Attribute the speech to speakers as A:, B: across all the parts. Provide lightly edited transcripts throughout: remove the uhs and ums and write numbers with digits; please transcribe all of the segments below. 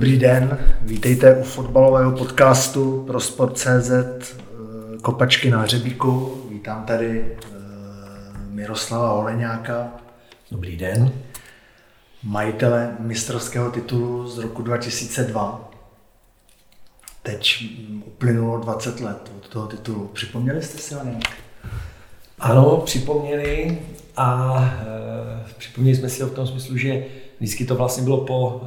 A: Dobrý den, vítejte u fotbalového podcastu pro Sport.cz Kopačky na hřebíku. Vítám tady Miroslava Holeňáka.
B: Dobrý den.
A: Majitele mistrovského titulu z roku 2002. Teď uplynulo 20 let od toho titulu. Připomněli jste si ho nějak?
B: Ano, připomněli a připomněli jsme si ho v tom smyslu, že vždycky to vlastně bylo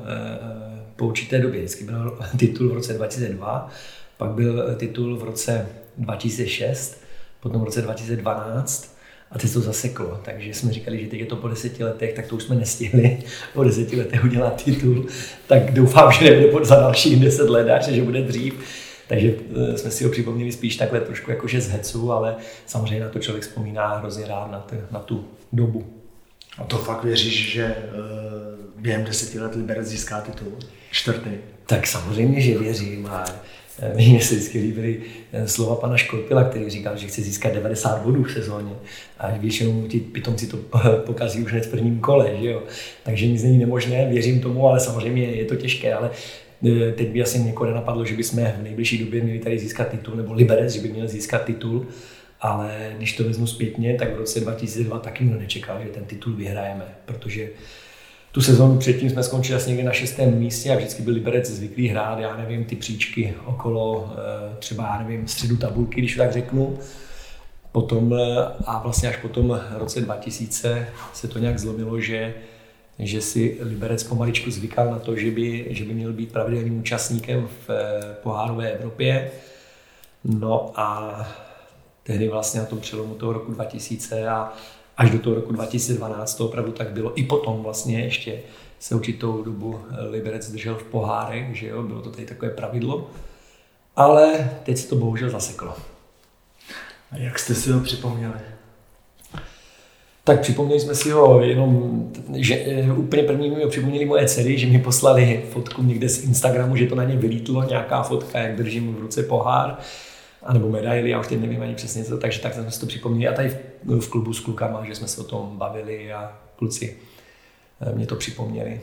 B: po určité době. Vždycky byl titul v roce 2002, pak byl titul v roce 2006, potom v roce 2012 a teď to zaseklo. Takže jsme říkali, že teď je to po 10 letech, tak to už jsme nestihli po 10 letech udělat titul. Tak doufám, že nebude za dalších 10 let, že bude dřív. Takže jsme si ho připomněli spíš takhle trošku jakože z hecu, ale samozřejmě na to člověk vzpomíná hrozně rád na tu dobu.
A: A to fakt věříš, že během 10 let Liberec získá titul? 4.
B: Tak samozřejmě, že věřím. A mně se vždycky líbily slova pana Škorpila, který říkal, že chce získat 90 bodů v sezóně. A většinou ti pitomci to pokazí už hned v prvním kole, že jo. Takže nic není nemožné, věřím tomu, ale samozřejmě je to těžké. Ale teď by asi někoho nenapadlo, že bychom v nejbližší době měli tady získat titul, nebo Liberec, že by měl získat titul. Ale když to vezmu zpětně, tak v roce 2002 taky nikdo nečekal, že ten titul vyhrajeme, protože tu sezónu předtím jsme skončili asi někde na 6. místě a vždycky byl Liberec zvyklý hrát, já nevím, ty příčky okolo třeba, já nevím, středu tabulky, když tak řeknu. Potom a vlastně až po tom roce 2000 se to nějak zlomilo, že si Liberec pomaličku zvykal na to, že by měl být pravidelným účastníkem v pohárové Evropě. No a tehdy vlastně na tom přelomu toho roku 2000 a až do toho roku 2012 to opravdu tak bylo. I potom vlastně ještě se určitou dobu Liberec držel v pohárech, že jo, bylo to tady takové pravidlo. Ale teď se to bohužel zaseklo.
A: A jak jste si ho připomněli?
B: Tak připomněli jsme si ho jenom, že úplně první mi ho připomněli moje dcery, že mi poslali fotku někde z Instagramu, že to na ně vylítlo, nějaká fotka, jak držím v ruce pohár. A nebo medaily, já už teď nevím ani přesně co, takže tak jsme si to připomněli. A tady v klubu s klukama, že jsme se o tom bavili a kluci mě to připomněli.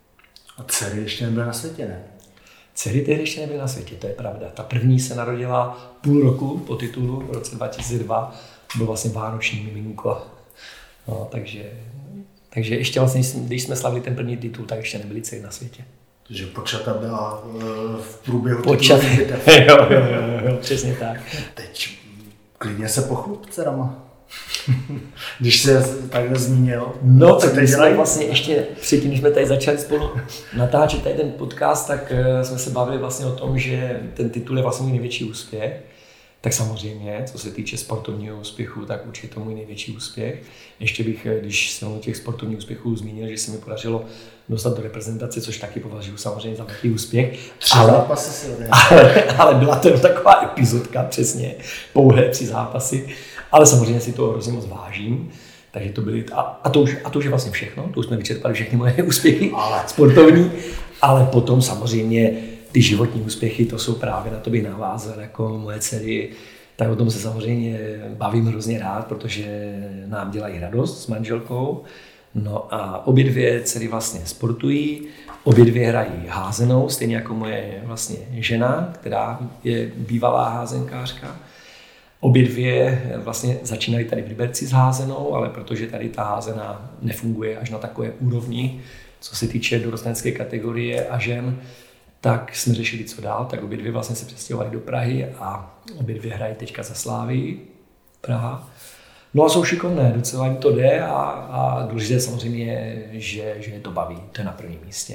B: A
A: dcery ještě nebyly na světě, ne?
B: Dcery tehdy ještě nebyly na světě, to je pravda. Ta první se narodila půl roku po titulu v roce 2002, to byl vlastně vánoční miminko. No, takže ještě vlastně, když jsme slavili ten první titul, tak ještě nebyly dcery na světě.
A: Takže počata byla v průběhu
B: titulových bitev. Jo, přesně tak.
A: Teď klidně se pochlup dcerama, když se takhle zmínil.
B: No, tak teď jsme vlastně ještě předtím, když jsme tady začali spolu natáčet tady ten podcast, tak jsme se bavili vlastně o tom, že ten titul je vlastně můj největší úspěch. Tak samozřejmě, co se týče sportovního úspěchu, tak určitě to můj největší úspěch. Ještě bych, když jsem o těch sportovních úspěchů zmínil, že se mi podařilo dostat do reprezentace, což taky považuji samozřejmě za velký úspěch.
A: 3 zápasy si
B: ale byla to taková epizodka, přesně, pouhé 3 zápasy. Ale samozřejmě si to hrozně moc vážím. Takže to byly, a to už je vlastně všechno, to už jsme vyčerpali všechny moje úspěchy sportovní. Ale potom samozřejmě ty životní úspěchy, to jsou právě na to bych navázal, jako moje dcery, tak o tom se samozřejmě bavím hrozně rád, protože nám dělají radost s manželkou. No a obě dvě dcery vlastně sportují, obě dvě hrají házenou, stejně jako moje vlastně žena, která je bývalá házenkářka. Obě dvě vlastně začínají tady v Liberci s házenou, ale protože tady ta házená nefunguje až na takové úrovni, co se týče dorostenecké kategorie a žen, tak jsme řešili, co dál, tak obě dvě vlastně se přestěhovali do Prahy a obě dvě hrají teďka za Slávii Praha. No a jsou šikovné, docela jim to jde a důležité samozřejmě je, že je to baví, to je na prvním místě.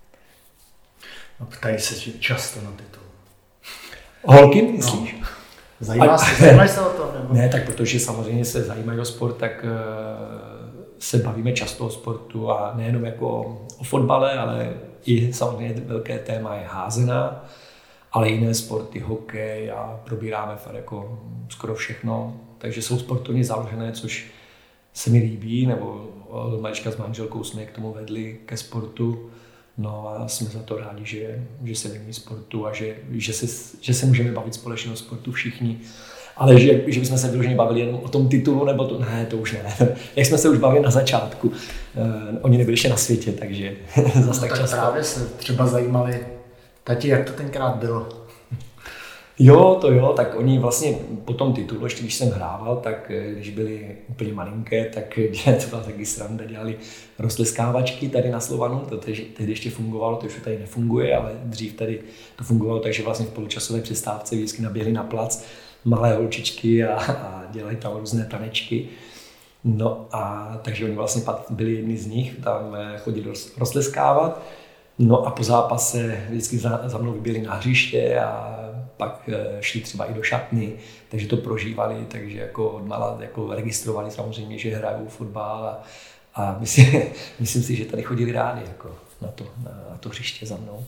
A: A ptají se často na titul.
B: Holky, myslíš?
A: No. Zajímají se o to? Nebo?
B: Ne, tak protože samozřejmě se zajímají o sport, tak se bavíme často o sportu a nejenom jako o fotbale, ale i samozřejmě velké téma je házená, ale jiné sporty, hokej a probíráme fakt jako skoro všechno. Takže jsou sportovně založené, což se mi líbí, nebo od malička s manželkou jsme k tomu vedli ke sportu. No a jsme za to rádi, že se věnují sportu a že se můžeme bavit společně o sportu všichni. Ale že bychom se vyloženě bavili jenom o tom titulu, nebo to, ne, to už ne. Jak jsme se už bavili na začátku, oni nebyli ještě na světě, takže zase tak často.
A: Právě se třeba zajímali Tati, jak to tenkrát bylo?
B: Jo, tak oni vlastně po tom titulu, ještě když jsem hrával, tak když byli úplně malinké, tak to byla taky sranda, dělali rozleskávačky tady na Slovanu, to tehdy ještě fungovalo, to už tady nefunguje, ale dřív tady to fungovalo, takže vlastně v poločasové přestávce vždycky naběhli na plac malé holčičky a dělali tam různé tanečky. No a takže oni vlastně byli jedni z nich, tam chodili rozleskávat. No a po zápase vždycky za mnou vyběli na hřiště a pak šli třeba i do šatny, takže to prožívali, takže jako odmala jako registrovali samozřejmě, že hrajou fotbal a myslím si, že tady chodili rádi jako na to hřiště za mnou.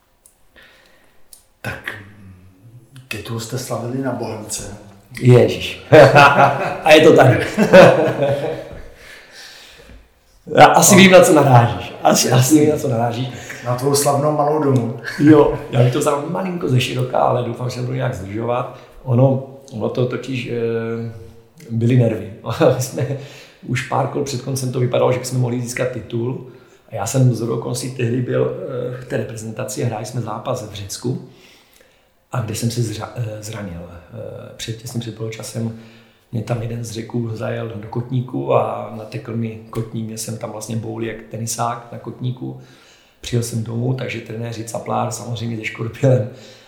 A: Tak titul jste slavili na Bohemce.
B: Ježíš. A je to tady. Já asi vím, na co narážíš. Asi vím, na co narážíš.
A: Na tvou slavnou Malou domu.
B: Jo, já bych to vzal malinko ze široka, ale doufám, že nebudu nějak zdržovat. Ono to totiž byly nervy. My jsme už pár kol před koncem to vypadalo, že bychom mohli získat titul. A já jsem z okolností tehdy byl v té reprezentaci a hráli jsme zápas v Řecku, a kde jsem se zranil. Těsně před poločasem mě tam jeden z Řeků zajel do kotníku a natekl mi kotník, měl jsem tam vlastně bouli jak tenisák na kotníku. Přijel jsem domů, takže trenéři Caplár samozřejmě se Škorpilem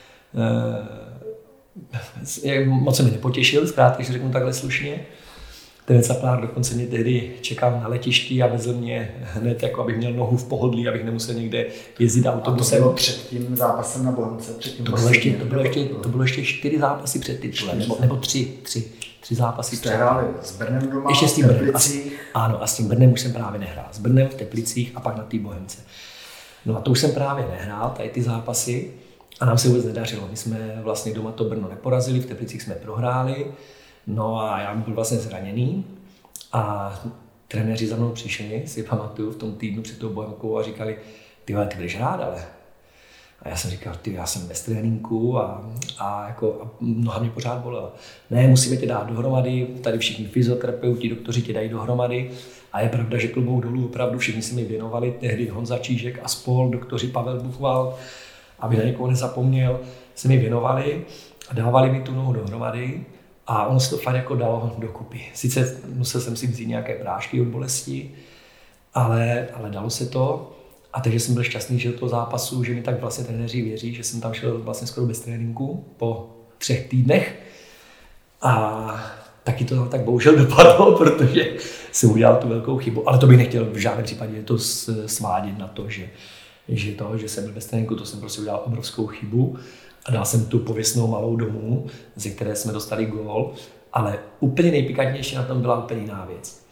B: moc se mi nepotěšil, zkrátka, když řeknu takhle slušně. Ten Caplár dokonce mě tehdy čekal na letišti a vezl mě hned, jako abych měl nohu v pohodlí, abych nemusel někde jezdit autobusem.
A: A to bylo před tím zápasem na Bohemce?
B: To bylo ještě 4 zápasy před titulem, nebo 3 zápasy
A: před. Jste hráli s Brnem doma,
B: ještě s tím
A: v Teplicích?
B: Ano, a s tím Brnem už jsem právě nehrál. S Brnem v Teplicích a pak na té Bohemce. No a to už jsem právě nehrál, tady ty zápasy, a nám se vůbec nedařilo. My jsme vlastně doma to Brno neporazili, v Teplicích jsme prohráli, no a já byl vlastně zraněný a trenéři za mnou přišli, si pamatuju, v tom týdnu před tou Bohemkou a říkali, ty budeš hrát, ale. A já jsem říkal, já jsem bez tréninku a noha mě pořád bolela. Ne, musíme tě dát dohromady, tady všichni fyzioterapeuti, doktoři tě dají dohromady. A je pravda, že klobouk dolů opravdu všichni si mi věnovali, tehdy Honza Čížek a spol, doktoři Pavel Buchwald, aby na někoho nezapomněl, se mi věnovali a dávali mi tu nohu dohromady a ono se to fakt jako dalo dokupy. Sice musel jsem si vzít nějaké prášky od bolesti, ale dalo se to. A takže jsem byl šťastný, že do toho zápasu, že mi tak vlastně trenéři věří, že jsem tam šel vlastně skoro bez tréninku po 3 týdnech. A taky to tak bohužel dopadlo, protože jsem udělal tu velkou chybu. Ale to bych nechtěl v žádném případě to svádět na to, že jsem byl bez tréninku, to jsem prostě udělal obrovskou chybu. A dal jsem tu pověstnou Malou domů, ze které jsme dostali gól. Ale úplně nejpikantnější na tom byla úplně jiná věc.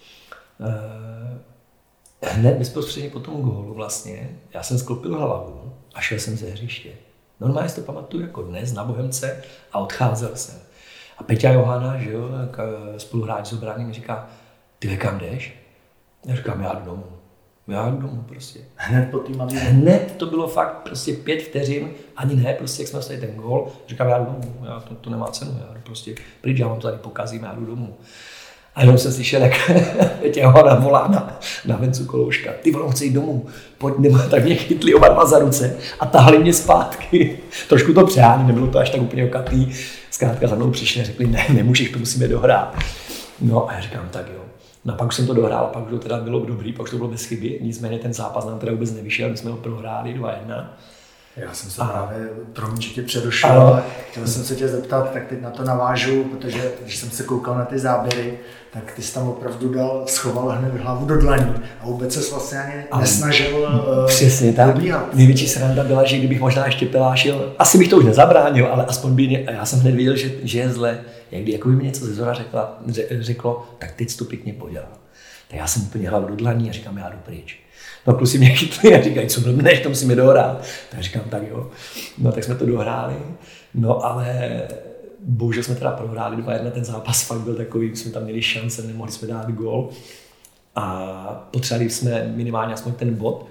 B: Hned bezprostředně po tom gólu vlastně, já jsem sklopil hlavu a šel jsem ze hřiště. Normálně si to pamatuju jako dnes na Bohemce a odcházel jsem. A Peťa Johana, že jo, spoluhráč z obrany, mi říká, ty kam jdeš? Já říkám, já jdu domů prostě.
A: Hned po tým
B: Hned to bylo fakt prostě 5 vteřin, ani ne, prostě jak jsme dostali ten gól, říkám, já jdu domů, to nemá cenu, já jdu prostě pryč, já vám to tady pokazím, já jdu domů. A jenom jsem slyšel, jak Peťa Johana volá na Vencu Kolouška. Ty vole, chci jít domů, pojď, tak mě chytli oba dva za ruce a tahali mě zpátky. Trošku to přehání, nebylo to až tak úplně okatý. Zkrátka za mnou přišli a řekli, ne, nemůžeš, to musíme dohrát. No a já říkám, tak jo. No a pak už jsem to dohrál, pak už to teda bylo dobrý, pak už to bylo bez chyby. Nicméně ten zápas nám teda vůbec nevyšel, my jsme ho prohráli 2-1.
A: Já jsem se právě, promiň, přerušil, ale chtěl jsem se tě zeptat, tak teď na to navážu, protože když jsem se koukal na ty záběry, tak ty jsi tam opravdu schoval hned hlavu do dlaní a vůbec ses vlastně ani nesnažil
B: přesně tak.
A: dobíhat.
B: Největší sranda byla, že kdybych možná ještě pelášil, asi bych to už nezabránil, ale aspoň by, a já jsem hned viděl, že je zle, jako by mi něco ze zora řeklo, tak teď jsi to pěkně podělal. Tak já jsem úplně hlavu do dlaní a říkám, já jdu pryč. No kluci mě chytli a říkají, co blbneš, to musíme dohrát. Tak říkám, tak jo. No tak jsme to dohráli, no ale bohužel jsme teda prohráli 2-1, ten zápas fakt byl takový, jsme tam měli šance, nemohli jsme dát gól a potřebovali jsme minimálně aspoň ten bod.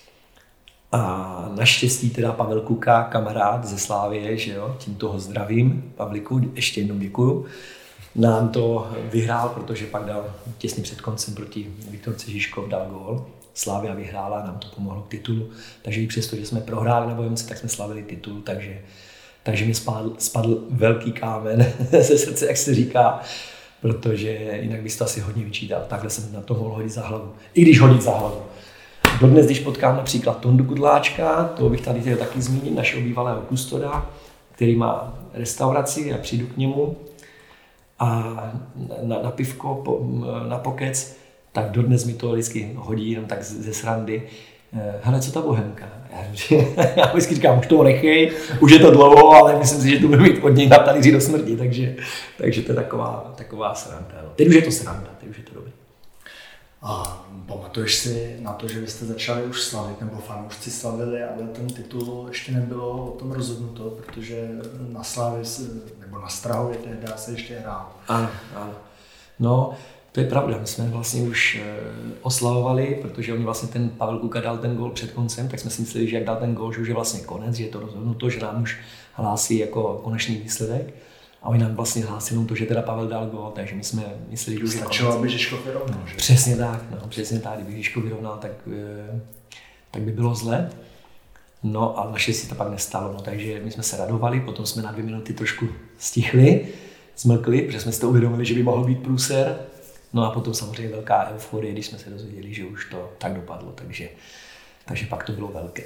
B: A naštěstí teda Pavel Kuka, kamarád ze Slávie, že jo, tímto ho zdravím, Pavliku, ještě jednou děkuju, nám to vyhrál, protože pak dal těsně před koncem proti Viktorce Žižkov dal gól Slavia vyhrála, nám to pomohlo k titulu, takže i přesto, že jsme prohráli na Bohemce, tak jsme slavili titul, takže mi spadl velký kámen ze srdce, jak se říká, protože jinak bys to asi hodně vyčítal. Takhle jsem na to mohl hodit za hlavu. I když hodit za hlavu. Dodnes, když potkám například Tondu Kudláčka, to bych tady chtěl taky zmínit, našeho bývalého kustoda, který má restauraci a přijdu k němu a na pivko, na pokec, tak dodnes mi to vždycky hodí jenom tak ze srandy. Hele, co ta Bohemka? Já vždycky říkám, už toho nechej, už je to dlouho, ale myslím si, že to bude mít od něj na talíři do smrti, takže to je taková sranda. No. Teď už je to sranda, teď už je to dobrý.
A: A pamatuješ si na to, že vy jste začali už slavit, nebo fanoušci slavili, ale ten titul ještě nebylo o tom rozhodnuto, protože na Slavii nebo na Strahově tehdy se ještě hrál.
B: Ano. No, to je pravda, my jsme vlastně už oslavovali, protože oni vlastně ten Pavel Kuka dal ten gól před koncem, tak jsme si mysleli, že jak dal ten gól, že už je vlastně konec, že je to rozhodnuto, že nám už hlásí jako konečný výsledek. A oni nám vlastně hlásili to, že teda Pavel dal gól, takže my jsme mysleli, že už je konec.
A: Stačilo, aby Žižkov vyrovnal, že?
B: Přesně tak, kdyby Žižkov vyrovnal, tak by bylo zle. No a naštěstí to pak nestalo, no, takže my jsme se radovali, potom jsme na 2 minuty trošku stichli, zmlkli, protože jsme si to uvědomili, že by mohl být průser. No a potom samozřejmě velká euforie, když jsme se dozvěděli, že už to tak dopadlo, takže pak to bylo velké.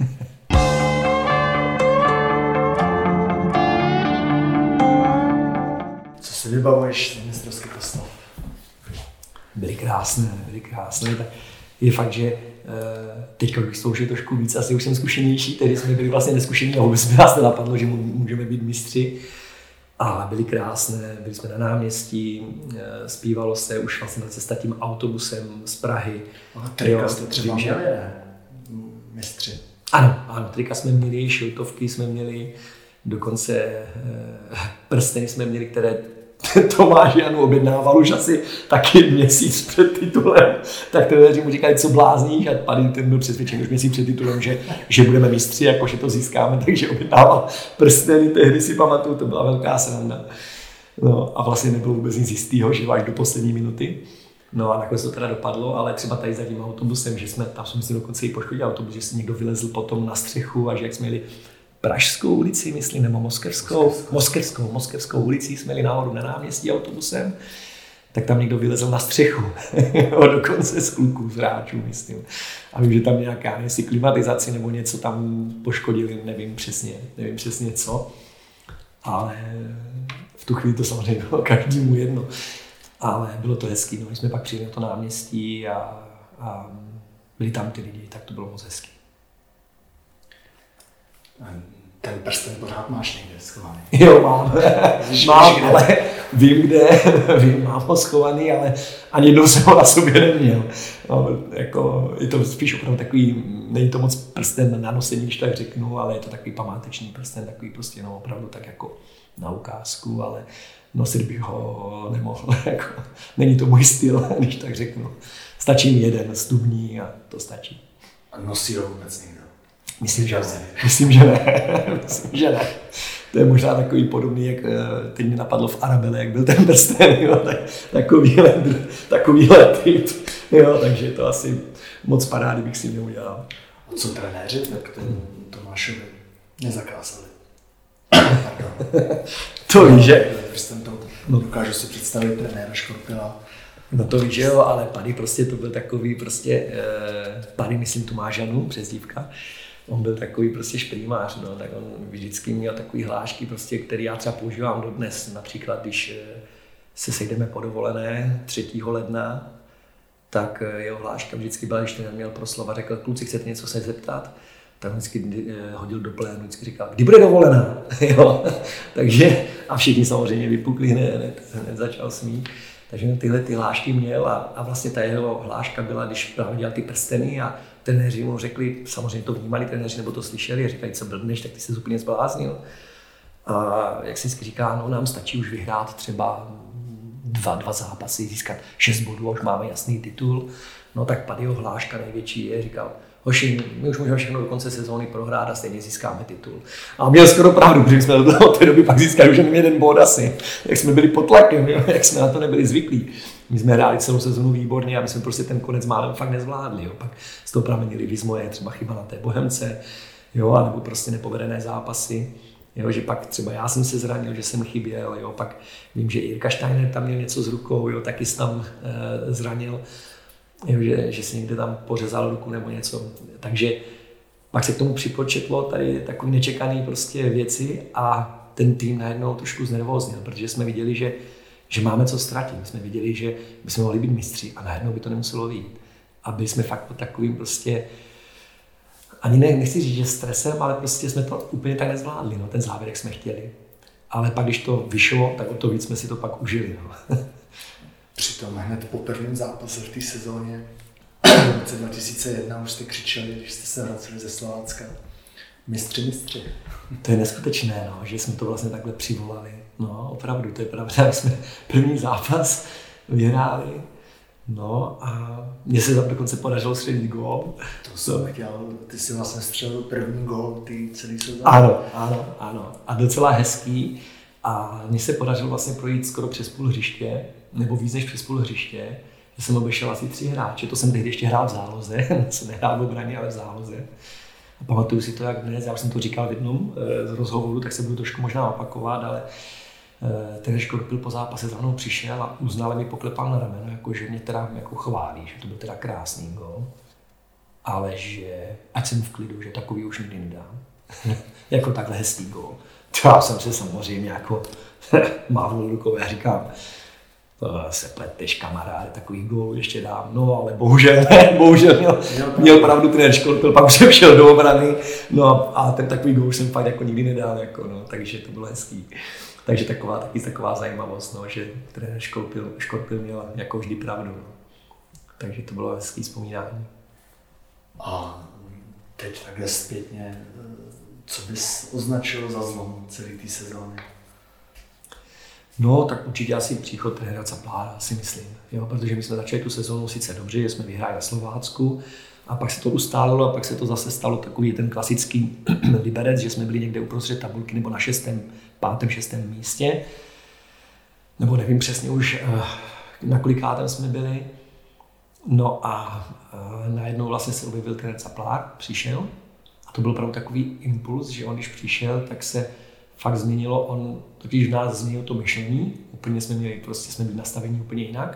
A: Co si vybavuješ z mistrovských oslav?
B: Byly krásné. Tak je fakt, že teďka bych zkoušel trošku víc, asi už jsem zkušenější, tehdy jsme byli vlastně neskušení a vůbec by nás nenapadlo, že můžeme být mistři. Ale byly krásné, byli jsme na náměstí, zpívalo se už vlastně na cesta tím autobusem z Prahy.
A: Ale trika jste třeba měli, mistři?
B: Ano, trika jsme měli, šiltovky jsme měli, dokonce prsteny jsme měli, které Tomáš Janu objednával už asi taky měsíc před titulem. Tak trenéři mu říkali, co blázníš, a Paddy ten byl přesvědčen už měsíc před titulem, že budeme mistři, jako že to získáme, takže objednával prsteny, tehdy si pamatuju, to byla velká sranda. No a vlastně nebylo vůbec nic jistýho, že až do poslední minuty. No a nakonec to teda dopadlo, ale třeba tady za tím autobusem, že tam jsme si dokonce i poškodili autobus, že si někdo vylezl potom na střechu a že jak jsme jeli Pražskou ulici, myslím, nebo Moskevskou ulici jsme jeli nahoru na náměstí autobusem, tak tam někdo vylezl na střechu, dokonce z kluků, z hráčů, myslím. A vím, že tam nějaká, jestli klimatizaci nebo něco tam poškodili, nevím přesně co, ale v tu chvíli to samozřejmě bylo každému jedno. Ale bylo to hezký, no, my jsme pak přijeli na to náměstí a byli tam ty lidi, tak to bylo moc hezký.
A: Ten prsten pořád máš někde schovaný.
B: Jo, mám, ale vím kde, mám ho schovaný, ale ani jednou jsem ho na sobě neměl. No, jako, je to spíš opravdu takový, není to moc prsten na nosení, když tak řeknu, ale je to takový památečný prsten, takový prostě no, opravdu tak jako na ukázku, ale nosit bych ho nemohl. Jako, není to můj styl, když tak řeknu. Stačí mi jeden stubní a to stačí.
A: A nosí ho vůbec někdo?
B: Myslím, že ne. To je možná takový podobný, jak teď mi napadlo v Arabele, jak byl ten prsten, jo, takovýhle typ. Jo, takže je to asi moc parády bych si neudělal.
A: A co trenéři, tak Tomášovi nezakázali?
B: To víš, že?
A: Dokážu si představit trenéra Škorpila.
B: No to víš, že jo, ale Paddy prostě to byl takový Paddy, myslím Tomáš Janu, přezdívka. On byl takový prostě šprýmář, no, tak on vždycky měl takový hlášky, prostě, který já třeba používám dodnes. Například, když se sejdeme po dovolené 3. ledna, tak jeho hláška vždycky byla, když ten měl proslov a řekl, kluci, chcete něco se zeptat? Tak vždycky hodil do plénu, vždycky říkal, kdy bude dovolená? Jo? Takže, a všichni samozřejmě vypukli hned začal smít. Takže tyhle ty hlášky měl a vlastně ta jeho hláška byla, když právě dělal ty prsteny a trenéři mu řekli, samozřejmě to vnímali trenéři nebo to slyšeli a říkají, co blbneš, tak ty jsi úplně zbláznil. A jak si vždycky říká, no nám stačí už vyhrát třeba dva zápasy, získat 6 bodů a už máme jasný titul. No tak Paddyho hláška největší je, říkal, hoši, my už můžeme všechno do konce sezóny prohrát a stejně získáme titul. A měl skoro pravdu, protože jsme od té doby pak získali už jenom 1 bod asi, jak jsme byli pod tlakem, jak jsme na to nebyli zvyklí. My jsme hráli celou sezonu výborně a my jsme prostě ten konec málem fakt nezvládli. Jo. Pak z toho pramenili víc moje třeba chyba na té Bohemce, jo, anebo prostě nepovedené zápasy. Jo, že pak třeba já jsem se zranil, že jsem chyběl, jo, pak vím, že Jirka Steiner tam měl něco s rukou, jo, taky se tam zranil, jo, že si někde tam pořezal ruku nebo něco. Takže pak se k tomu připočetlo tady takový nečekaný prostě věci a ten tým najednou trošku znervóznil, protože jsme viděli, že máme co ztratit. My jsme viděli, že bychom mohli být mistři a najednou by to nemuselo vyjít. A byli jsme fakt pod takovým prostě, ani nechci říct, že stresem, ale prostě jsme to úplně tak nezvládli, no, ten závěr, jak jsme chtěli. Ale pak, když to vyšlo, tak o to víc jsme si to pak užili. No.
A: Přitom hned po prvním zápase v té sezóně v roce 2001 už jste křičeli, když jste se vraceli ze Slovácka. Mistři.
B: To je neskutečné, no, že jsme to vlastně takhle přivolali. No, opravdu, to je pravda, jak jsme první zápas vyhráli. No a mně se tam dokonce podařilo střelit gól.
A: To jsem chtěl, ty jsi vlastně střelil první gól ty celý sezóny.
B: Ano. A docela hezký. A mně se podařilo vlastně projít skoro přes půl hřiště, nebo víc než přes půl hřiště, že jsem obešel asi 3 hráče. To jsem tehdy ještě hrál v záloze, jsem nehrál v obraně, ale v záloze. A pamatuju si to jak dnes, já už jsem to říkal v jednom z rozhovoru, tak se budu trošku možná opakovat, ale ten Škorpil po zápase za mnou přišel a uznal mi, poklepal na rameno, jako, že mě teda jako chválí, že to byl teda krásný gól. Ale že ať jsem v klidu, že takový už nikdy nedám. Jako takhle hezký gól. Já jsem se samozřejmě jako mávnul rukou a říkám, to se pleteš kamaráde, takový gól ještě dám. No ale bohužel měl pravdu ten Škorpil, pak už jsem šel do obrany, no a ten takový gól jsem fakt jako nikdy nedal, jako, no, takže to bylo hezký. Takže taková zajímavost, no, že trenér Škorpil měl jako vždy pravdu. No. Takže to bylo hezký vzpomínání.
A: A teď takhle zpětně, co bys označil za zlom celé té sezóny?
B: No, tak určitě asi příchod trenéra Caplára, si myslím. Jo, protože my jsme začali tu sezónu sice dobře, že jsme vyhráli na Slovácku, a pak se to ustálilo a pak se to zase stalo takový ten klasický liberec, že jsme byli někde uprostřed tabulky nebo na 5., 6. místě. Nebo nevím přesně už, na kolikátém jsme byli. No a najednou vlastně se objevil trenér Caplár, přišel a to byl opravdu takový impuls, že on když přišel, tak se fakt změnilo, on totiž v nás změnil to myšlení, úplně jsme byli nastavení úplně jinak.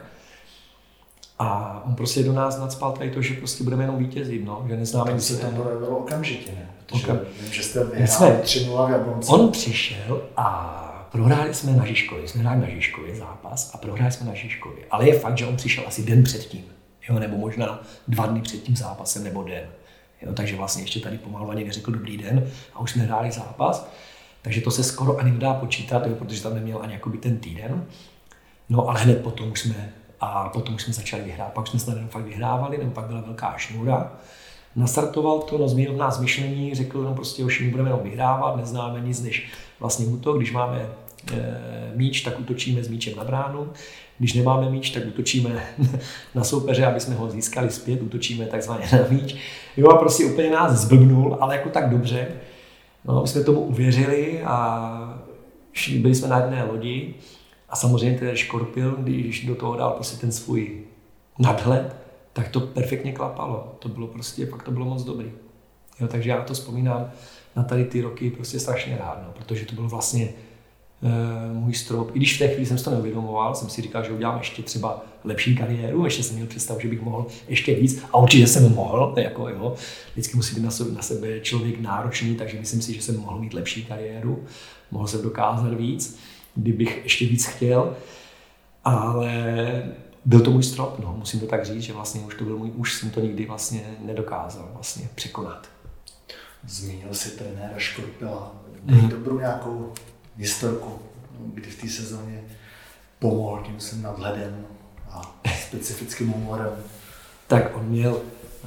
B: A on prostě do nás nacpal tady to, že prostě budeme jenom vítězit, no, že neznáme nic.
A: Se tam projevilo okamžitě, ne? Protože vím, že jste vyhráli 3-0 v Jablonci.
B: On přišel a prohráli jsme na Žižkově, jsme hráli na Žižkově zápas a prohráli jsme na Žižkově. Ale je fakt, že on přišel asi den předtím, jo, nebo možná 2 dny před tím zápasem nebo den. Jo, takže vlastně ještě tady pomalu ani neřekl dobrý den a už jsme hráli zápas. Takže to se skoro ani nedá počítat, jo, protože tam neměl ani jakoby ten týden. No ale hned potom už jsme začali vyhrát. Pak jsme snad fakt vyhrávali, nebo pak byla velká šňůra. Nastartoval to, no, změnil v nás myšlení, řekl, no prostě už budeme jenom vyhrávat, neznáme nic než vlastně útok. Když máme míč, tak útočíme s míčem na bránu. Když nemáme míč, tak útočíme na soupeře, aby jsme ho získali zpět, útočíme takzvaně na míč. Jo, a prostě úplně nás zblbnul, ale jako tak dobře. No, my jsme tomu uvěřili a byli jsme na jedné lodi. A samozřejmě ten Škorpil, když do toho dal prostě ten svůj nadhled, tak to perfektně klapalo. To bylo prostě, fakt to bylo moc dobrý. Jo, takže já to vzpomínám na tady ty roky prostě strašně rád, no, protože to byl vlastně můj strop. I když v té chvíli jsem si to neuvědomoval, jsem si říkal, že udělám ještě třeba lepší kariéru, ještě jsem měl představu, že bych mohl ještě víc a určitě jsem mohl, jako jo, vždycky musí být na sebe člověk náročný, takže myslím si, že jsem mohl mít lepší kariéru, mohl jsem dokázat víc, kdybych ještě víc chtěl, ale byl to můj strop, no, musím to tak říct, že vlastně už jsem to nikdy vlastně nedokázal vlastně překonat.
A: Zmínil si trenéra Škorpila, dej dobrou nějakou historku, kdy v té sezóně pomohl tím svým nadhledem a specifickým humorem.
B: Tak on měl,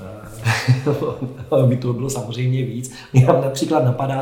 B: by to bylo samozřejmě víc, mě například napadá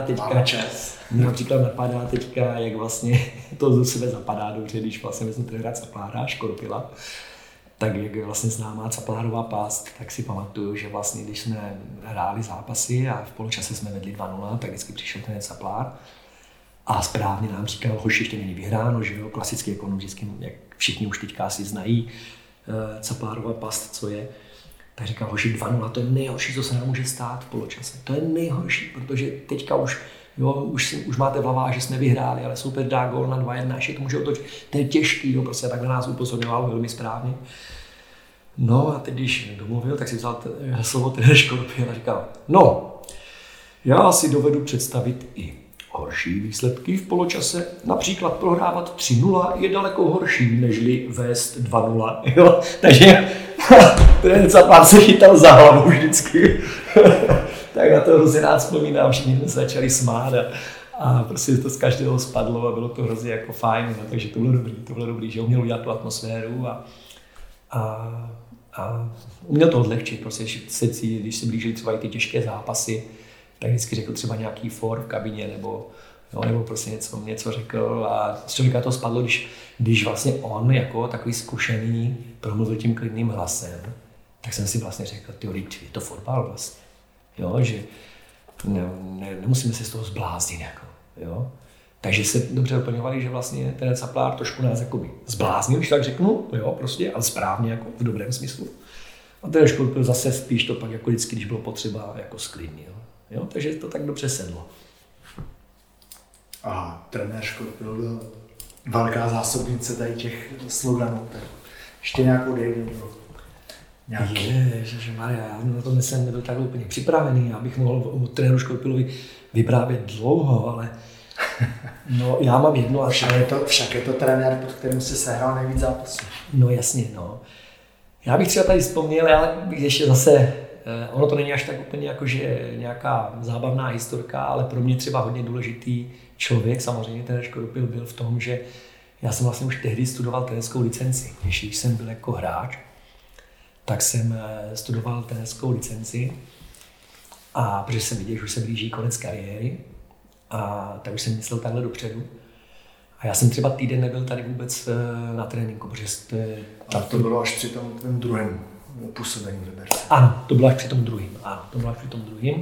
B: teďka, jak vlastně to do sebe zapadá dobře, když vlastně vezmu trenéra Caplára, Škorpila, tak jak je vlastně známá Caplárová past, tak si pamatuju, že vlastně když jsme hráli zápasy a v poločase jsme vedli 2-0, tak vždycky přišel trenér Caplár A správně nám říkal, hoši, ještě není vyhráno, že jo, klasický ekonom vždycky, jak všichni už teďka si znají, Caplárova past, co je. Tak říkal, hoši 2-0, to je nejhorší, co se nám může stát v poločase. To je nejhorší, protože teďka už máte v hlavách, že jsme vyhráli, ale soupeř dá gól na 2-1, ještě to může otočit. To je těžký, jo, prostě takhle nás upozorňoval velmi správně. No a teď, když domluvil, tak si vzal slovo trenér Škorpil a říkal, no, já si dovedu představit i horší výsledky v poločase. Například prohrávat 3-0 je daleko horší, nežli vést 2-0. Jo? Takže trenér Caplár se chytal za hlavu vždycky. Tak na to hrozně rád vzpomínám, všichni jsme se začali smát a prostě to z každého spadlo a bylo to hrozně jako fajn. No, takže to bylo dobrý, že uměl udělat tu atmosféru a uměl to odlehčit, prostě, když se blížily třeba i ty těžké zápasy, tak vždycky řekl třeba nějaký for v kabině nebo prostě něco řekl a z člověka to spadlo, když vlastně on jako takový zkušený promluvil tím klidným hlasem, tak jsem si vlastně řekl, je to fotbal vlastně, jo, že nemusíme se z toho zbláznit, jako, jo. Takže se dobře doplňovali, že vlastně ten Caplár trošku nás jakoby zbláznil, když tak řeknu, jo, prostě, ale správně, jako v dobrém smyslu. A ten Škorpil zase spíš to pak jako vždycky, když bylo potřeba, jako sklidnil. Jo, takže to tak dobře sedlo.
A: A trenér Škorpil byl velká zásobnice tady těch sloganů. Tak ještě nějakou dejdu.
B: Ježišmarja, já na to jsem nebyl tak úplně připravený, abych mohl o trenéru Škorpilovi vyprávět dlouho, ale no, já mám jedno. A
A: však je to trenér, pod kterým si sehrál nejvíc zápasů.
B: No jasně, no. Já bych třeba tady vzpomněl, ale bych ještě zase, ono to není až tak úplně jako, že nějaká zábavná historka, ale pro mě třeba hodně důležitý člověk, samozřejmě ten Škorpil byl v tom, že já jsem vlastně už tehdy studoval trenérskou licenci. Když jsem byl jako hráč, tak jsem studoval trenérskou licenci a protože jsem viděl, že už se blíží konec kariéry a tak už jsem myslel takhle dopředu. A já jsem třeba týden nebyl tady vůbec na tréninku, protože
A: to bylo až při tom druhém působení v Liberci.
B: Ano, to bylo až při tom druhém.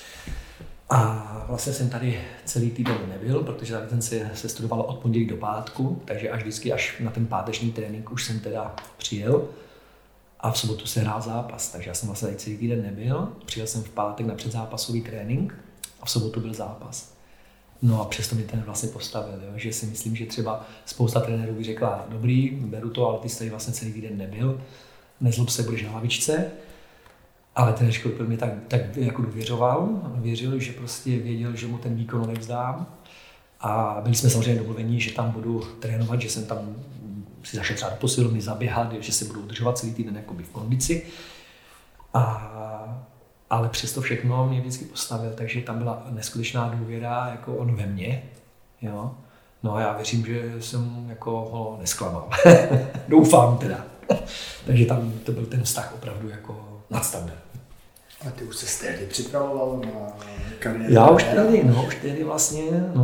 B: A vlastně jsem tady celý týden nebyl, protože tady ten se studoval od pondělí do pátku, takže až na ten páteční trénink už jsem teda přijel a v sobotu se hrál zápas, takže já jsem vlastně tady celý týden nebyl, přijel jsem v pátek na předzápasový trénink a v sobotu byl zápas. No a přesto mě ten vlastně postavil, jo? Že si myslím, že třeba spousta trenérů by řekla, dobrý, beru to, ale ty jsi tady vlastně celý týden nebyl, nezlob se, budeš na lavičce. Ale ten Škorpil mě tak jako věřil, že prostě věděl, že mu ten výkon nevzdám. A byli jsme samozřejmě domluvení, že tam budu trénovat, že jsem tam si zašel třeba do posilovny zaběhat, že se budu udržovat celý týden jakoby v kondici. Ale přesto všechno mě vždycky postavil, takže tam byla neskutečná důvěra jako on ve mně. Jo? No a já věřím, že jsem jako ho nesklamal. Doufám teda. Takže tam to byl ten vztah opravdu jako nadstandard.
A: A ty už se tehdy připravoval na kariéru?
B: Já už tehdy vlastně,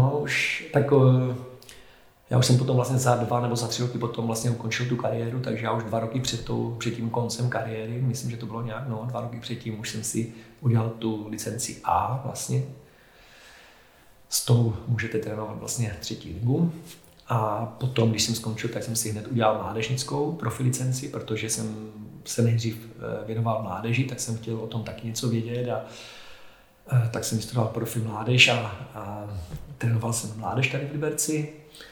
B: já už jsem potom vlastně za 2 nebo za 3 roky potom vlastně ukončil tu kariéru, takže já už 2 roky před tím koncem kariéry, myslím, že to bylo nějak, 2 roky předtím už jsem si udělal tu licenci A vlastně. S tou můžete trénovat vlastně 3. ligu. A potom, když jsem skončil, tak jsem si hned udělal mládežnickou profilicenci, protože jsem se nejdřív věnoval mládeži, tak jsem chtěl o tom taky něco vědět a tak jsem studoval profil mládež a trénoval jsem mládež tady v Liberci.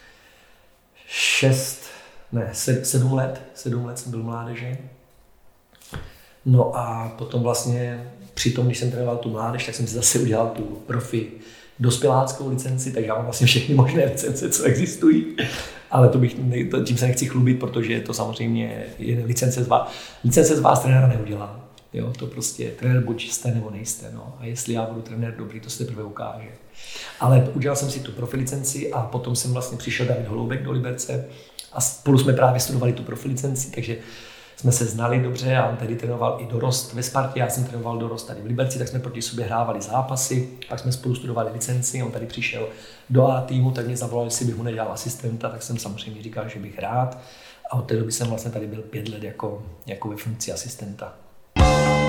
B: 7 let jsem byl mládeže. No a potom vlastně při tom, když jsem trénoval tu mládež, tak jsem si zase udělal tu profi dospěláckou licenci, takže já mám vlastně všechny možné licence, co existují. Ale tím se nechci chlubit, protože to samozřejmě je licence z vás trenéra neudělá. Jo, to prostě trenér buď jste nebo nejste. No. A jestli já budu trenér dobrý, to se teprve ukáže. Ale udělal jsem si tu profilicenci a potom jsem vlastně přišel David Holoubek do Liberce a spolu jsme právě studovali tu profilicenci, takže jsme se znali dobře a on tady trénoval i dorost ve Spartě, já jsem trénoval dorost tady v Liberci, tak jsme proti sobě hrávali zápasy, pak jsme spolu studovali licenci, on tady přišel do A týmu, tak mě zavolal, jestli bych mu nedělal asistenta, tak jsem samozřejmě říkal, že bych rád a od té doby jsem vlastně tady byl 5 let jako ve funkci asistenta.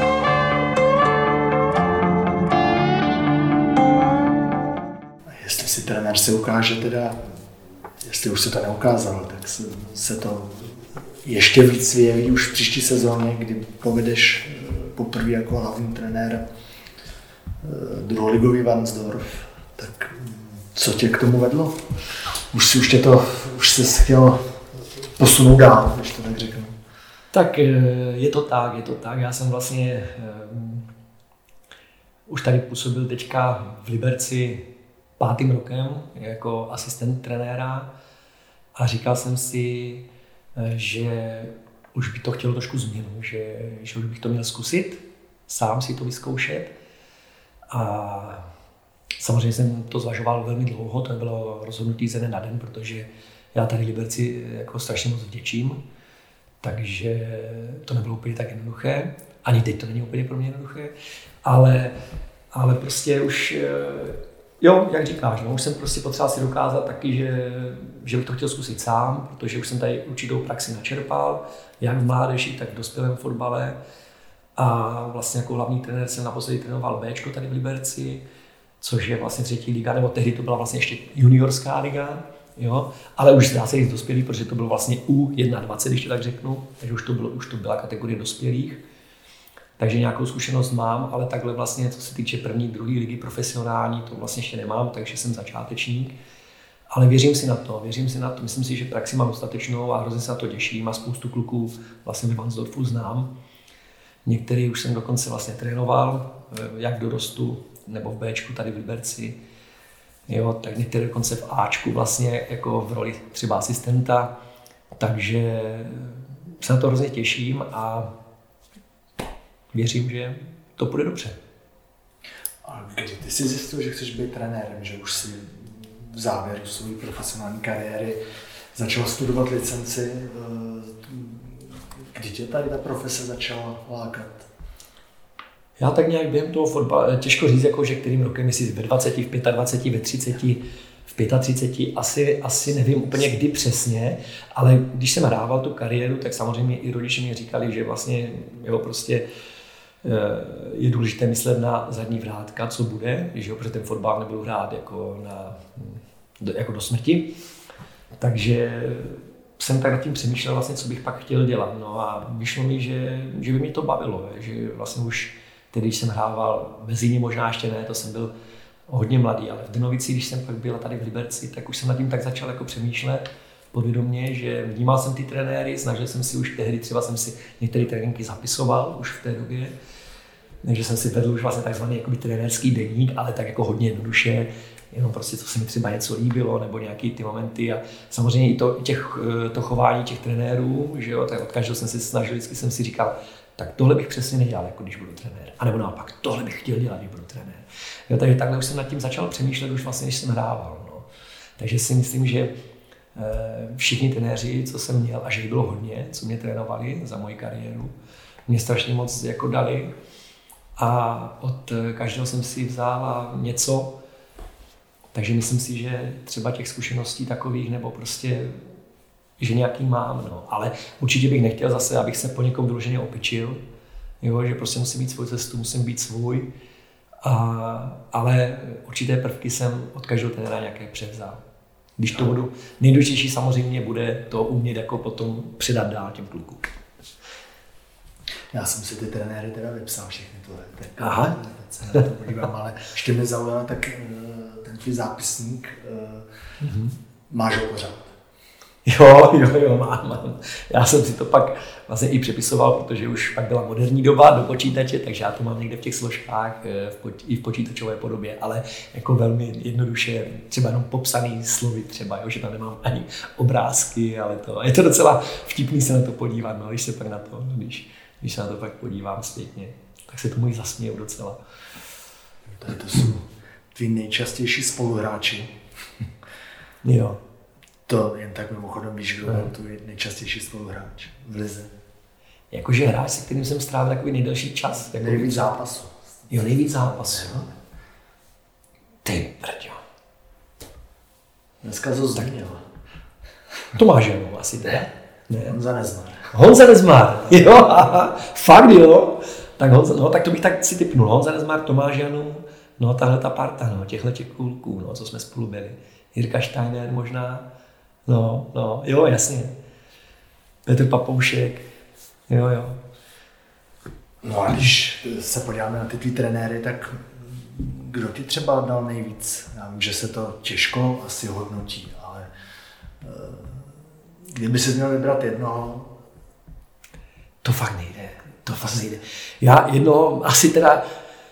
A: Jestli si jestli trenér se ukáže teda, jestli už se to neukázalo, tak se to ještě víc vyjeví už v příští sezóně, kdy povedeš poprvé jako hlavní trenér druholigový Varnsdorf, tak co tě k tomu vedlo? Už jsi chtěl posunout dál, když to tak řeknu.
B: Tak je to tak. Já jsem vlastně už tady působil teďka v Liberci 5. rokem jako asistent trenéra a říkal jsem si, že už by to chtělo trošku změnu, že už bych to měl zkusit, sám si to vyzkoušet. A samozřejmě jsem to zvažoval velmi dlouho, to nebylo rozhodnutí ze dne na den, protože já tady Liberci jako strašně moc vděčím, takže to nebylo úplně tak jednoduché, ani teď to není úplně pro mě jednoduché, ale prostě už, jo, jak říkáš, no, už jsem prostě potřeboval si dokázat taky, že bych to chtěl zkusit sám, protože už jsem tady určitou praxi načerpal, jak v mládeži, tak v dospělém fotbale. A vlastně jako hlavní trenér jsem naposledy trénoval Bčko tady v Liberci, což je vlastně 3. liga, nebo tehdy to byla vlastně ještě juniorská liga, jo, ale už dá se jít dospělých, protože to bylo vlastně U21, když to tak řeknu, takže už to byla kategorie dospělých. Takže nějakou zkušenost mám, ale takhle vlastně, co se týče 1., 2. ligy profesionální, to vlastně ještě nemám, takže jsem začátečník. Ale věřím si na to, myslím si, že praxi mám dostatečnou a hrozně se na to těším a spoustu kluků vlastně v Varnsdorfu znám. Některý už jsem dokonce vlastně trénoval, jak v dorostu nebo v Bčku tady v Liberci. Jo, tak některé dokonce v Ačku vlastně jako v roli třeba asistenta. Takže se na to hrozně těším a věřím, že to půjde dobře.
A: A kdy ty jsi zjistil, že chceš být trenérem, že už si v závěru své profesionální kariéry začal studovat licenci? Kdy tě tady ta profese začala lákat?
B: Já tak nějak během toho fotbalu, těžko říct, jako, že kterým rokem, jestli ve 20, v 25, ve 30, v 35, asi nevím úplně kdy přesně, ale když jsem hrával tu kariéru, tak samozřejmě i rodiče mi říkali, že vlastně jo, prostě je důležité myslet na zadní vrátka, co bude, že jo, protože ten fotbal nebudu hrát jako do smrti. Takže jsem tak nad tím přemýšlel vlastně, co bych pak chtěl dělat. No a vyšlo mi, že by mě to bavilo, že vlastně už tedy, když jsem hrával v Zíně, možná ještě ne, to jsem byl hodně mladý, ale v Denovici, když jsem pak byl tady v Liberci, tak už jsem nad tím tak začal jako přemýšlet podvědomě, že vnímal jsem ty trenéry, snažil jsem si už tehdy, třeba jsem si některé tréninky zapisoval už v té době, takže jsem si vedl už vlastně takzvaný jakoby trenérský deník, ale tak jako hodně jednoduše, jenom prostě, co se mi třeba něco líbilo, nebo nějaký ty momenty a samozřejmě i to chování těch trenérů, že jo, tak od každého jsem si snažil, vždycky jsem si říkal, tak tohle bych přesně nedělal, jako když budu trenér, anebo naopak, tohle bych chtěl dělat, když budu trenér. Jo, takže takhle už jsem nad tím začal přemýšlet už vlastně, když jsem hrával. No. Takže si myslím, že všichni trenéři, co jsem měl, a že jich bylo hodně, co mě trénovali za moji kariéru, mě strašně moc jako dali a od každého jsem si vzal něco, takže myslím si, že třeba těch zkušeností takových, nebo prostě, že nějaký mám, no. Ale určitě bych nechtěl zase, abych se po někom vyloženě opičil, jo, že prostě musím mít svou cestu, musím být svůj, ale určité prvky jsem od každého trenéra nějaké převzal. Když to budu, nejdůležitější samozřejmě bude to umět jako potom předat dál těm klukům.
A: Já jsem si ty trenéry teda vypsal všechny tohle.
B: Aha.
A: Se na to podívám, ale ještě mě zaujalo, tak ten tvůj zápisník máš ho pořád.
B: Jo, mám. Já jsem si to pak vlastně i přepisoval, protože už pak byla moderní doba do počítače, takže já to mám někde v těch složkách i v počítačové podobě, ale jako velmi jednoduše, třeba jenom popsaný slovy třeba, jo, že tam nemám ani obrázky, ale je to docela vtipný se na to podívat, no, když se pak na to, když se na to pak podívám zpětně, tak se tomu i zasměju docela.
A: To jsou tví nejčastější spoluhráči.
B: Jo.
A: To jen tak mimochodem víš, kdo byl tvůj nejčastější spoluhráč v lize.
B: Jakože hráč, se kterým jsem strávil takový nejdelší čas.
A: Nejvíc zápasů.
B: Jo, nejvíc zápasů. Ty brďo.
A: Dneska to změnil.
B: Tomáš Janů asi teda? Ne.
A: Honza Nezmar.
B: Jo, aha. Fakt jo. Tak, tak to bych tak si tipnul. Honza Nezmar, Tomáš Janů, No tahle ta parta, no, těch kluků, no, co jsme spolu byli. Jirka Steiner možná, jo, jasně. Petr Papoušek, jo.
A: No a když se podíváme na ty tvý trenéry, tak kdo ti třeba dal nejvíc? Já vím, že se to těžko asi hodnotí, ale kdyby si měl vybrat jednoho?
B: To fakt nejde. Já jednoho asi teda,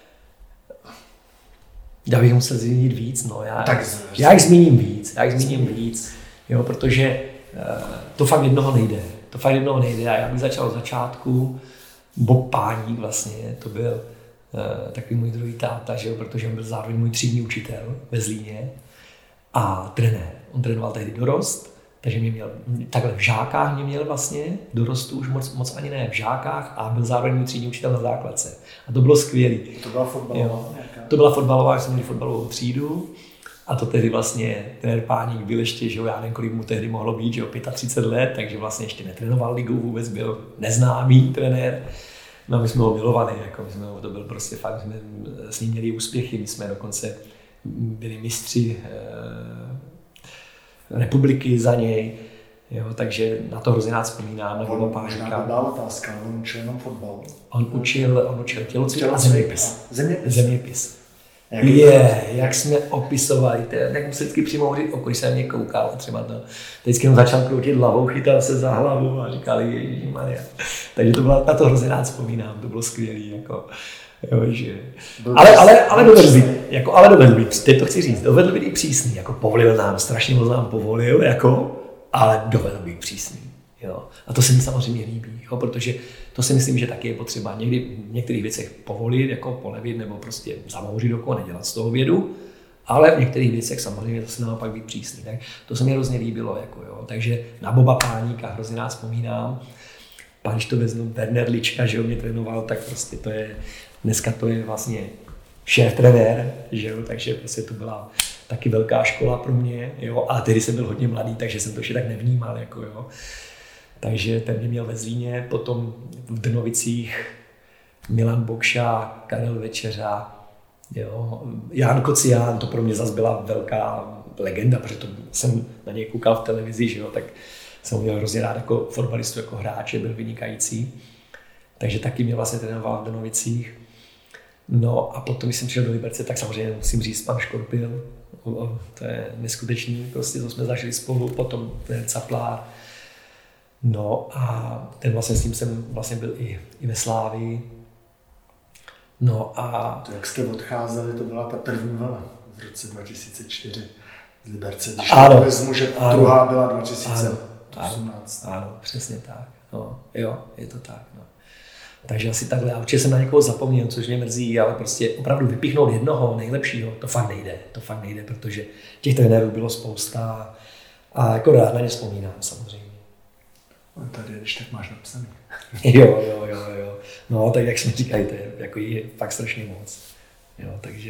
B: já bych musel zmínit víc, no. Já jich zmíním víc, jo, protože to fakt jednoho nejde. A já bych začal od začátku. Bob Páník vlastně, to byl takový můj druhý táta, že jo, protože on byl zároveň můj třídní učitel ve Zlíně a trenér. On trénoval tehdy dorost, takže mě měl, takhle v žákách mě měl vlastně, dorostu už moc ani ne, v žákách a byl zároveň můj třídní učitel na základce. A to bylo skvělý.
A: To byla fotbalová?
B: To byla fotbalová, jsem měl fotbalovou třídu. A to tehdy vlastně trenér Páník byl ještě, že jo, já nevím, kolik mu tehdy mohlo být, že jo, 35 let, takže vlastně ještě netrénoval ligu, vůbec byl neznámý trenér. No my jsme ho milovali, jako to byl prostě fakt, jsme s ním měli úspěchy, my jsme dokonce byli mistři republiky za něj, jo, takže na to hrozně rád vzpomínám.
A: On možná to byla otázka, on učil jenom fotbal.
B: On učil tělocvik a zeměpis. Jak jsme opisovali, jak musel vždycky přijmout oko, když se na mě koukal třeba to. Vždycky on začal kroutit hlavou, chytal se za hlavu a říkal Ježišmarja. Takže to bylo, na to hrozně rád vzpomínám, to bylo skvělý, jako, jo, že. Ale dovedl být, teď to chci říct, dovedl být i přísný, jako povolil nám, strašně moc nám povolil, jako, ale dovedl být přísný. Jo. A to se mi samozřejmě líbí, jo, protože to si myslím, že taky je potřeba někdy v některých věcech povolit, jako polevit nebo prostě zamouřit oko, nedělat z toho vědu, ale v některých věcech samozřejmě zase naopak být přísný. Tak to se mi hrozně líbilo. Jako, jo. Takže na Boba Páníka hrozně rád vzpomínám. Pak, když to vezmu Werner Lička, že ho mě trénoval, tak prostě to je, dneska to je vlastně šéf trenér, že jo, takže prostě to byla taky velká škola pro mě, jo, ale tehdy jsem byl hodně mladý, takže jsem to ještě tak nevnímal, jako jo. Takže ten mě měl ve Zlíně, potom v Drnovicích Milan Bokša, Karel Večeřa, jo. Jan Kocián, to pro mě zase byla velká legenda, protože to jsem na něj koukal v televizi, že jo, tak jsem ho měl hrozně rád jako fotbalistu, jako hráče, byl vynikající. Takže taky mě vlastně trénoval v Drnovicích. No a potom, když jsem přišel do Liberce, tak samozřejmě musím říct pan Škorpil, to je neskutečný, prostě to jsme zažili spolu, potom ten Caplár. No a ten vlastně s tím jsem vlastně byl i ve Slávii. No a...
A: To, jak jste odcházeli, to byla ta první vlna v roce 2004 z Liberce, když
B: to
A: vezmu, že druhá byla 2018.
B: Ano, přesně tak. No, jo, je to tak. No. Takže asi takhle. A určitě jsem na někoho zapomněl, což mě mrzí, ale prostě opravdu vypíchnout jednoho nejlepšího, to fakt nejde, protože těch trenérů bylo spousta a jako rád na ně vzpomínám samozřejmě.
A: Tady, když tak máš napsaný.
B: Jo. No, tak jak jsme říkali, to je, jako je fakt strašně moc. Jo, takže...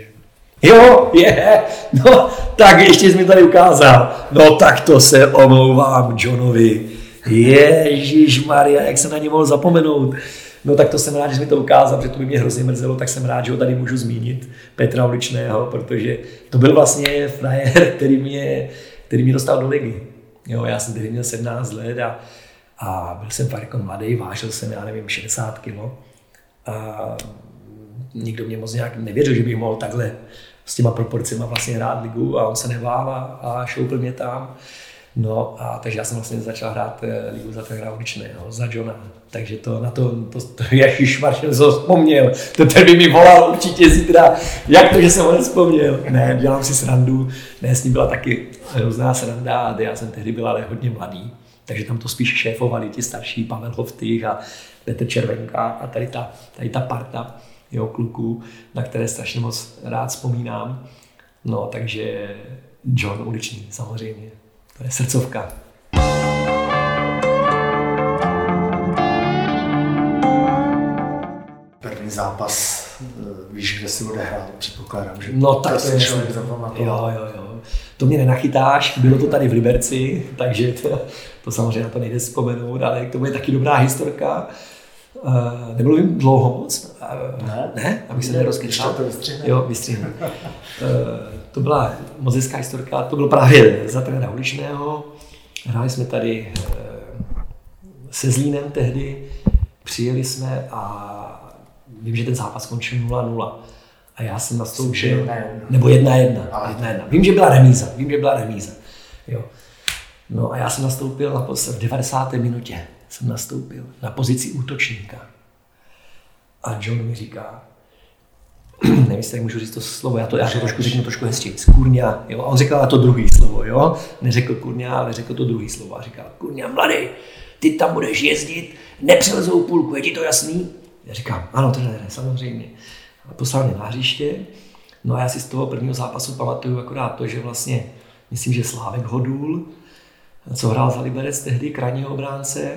B: No, tak ještě jsi mi tady ukázal. No, tak to se omlouvám Johnovi. Ježišmarja, jak jsem na ně mohl zapomenout. No, tak to jsem rád, že jsi mi to ukázal, protože to by mě hrozně mrzelo, tak jsem rád, že ho tady můžu zmínit, Petra Uličného, protože to byl vlastně frajer, který mě dostal do ligy. Jo, já jsem tehdy měl 17 let a byl jsem fakt jako mladý, vážil jsem, já nevím, 60 kg. A nikdo mě moc nějak nevěřil, že bych mohl takhle s těma proporcema vlastně hrát ligu a on se nebál a šoupil mě tam. No a takže já jsem vlastně začal hrát ligu za Petra Uličného, za Johna. Takže to na to ježišmar, jsem se vzpomněl. Ten by mi volal určitě zítra, jak to, že jsem ho nevzpomněl. Ne, dělám si srandu, ne, s ním byla taky hrozná sranda a já jsem tehdy byl ale hodně mladý. Takže tam to spíš šéfovali ti starší, Pavel Hoftych a Petr Červenka a tady ta parta, jo, kluků, na které strašně moc rád vzpomínám. No, takže John Uličný samozřejmě, to je srdcovka.
A: První zápas, víš, kde si odehrál, předpokládám, že
B: no, tak
A: to je člověk zapamatoval.
B: Jo. To mě nenachytáš, bylo to tady v Liberci, takže to samozřejmě na to nejde vzpomenout, ale to je taky dobrá historka. Nemluvím dlouho moc?
A: Ne?
B: Abych se nerozkečal. Jo, vystřihnu. To byla moc hezká historka, to bylo právě za trenéra Uličného. Hráli jsme tady se Zlínem tehdy, přijeli jsme a vím, že ten zápas skončil 0-0. A já jsem nastoupil, nebo 1-1. Vím, že byla remíza. Jo. No a já jsem nastoupil v 90. minutě. Jsem nastoupil na pozici útočníka. A John mi říká, nevím, jak můžu říct to slovo, já to trošku řeknu trošku hezčí, kurňa, jo. A on řekl to druhý slovo, jo. Neřekl kurňa, ale řekl to druhý slovo. A říkal, kurňa, mladý, ty tam budeš jezdit, nepřelezou půlku, je ti to jasný? Já říkám, ano, trenére, samozřejmě. A poslal mě na hřiště. No a já si z toho prvního zápasu pamatuju akorát to, že vlastně, myslím, že Slávek Hodul, co hrál za Liberec tehdy, krajního obránce,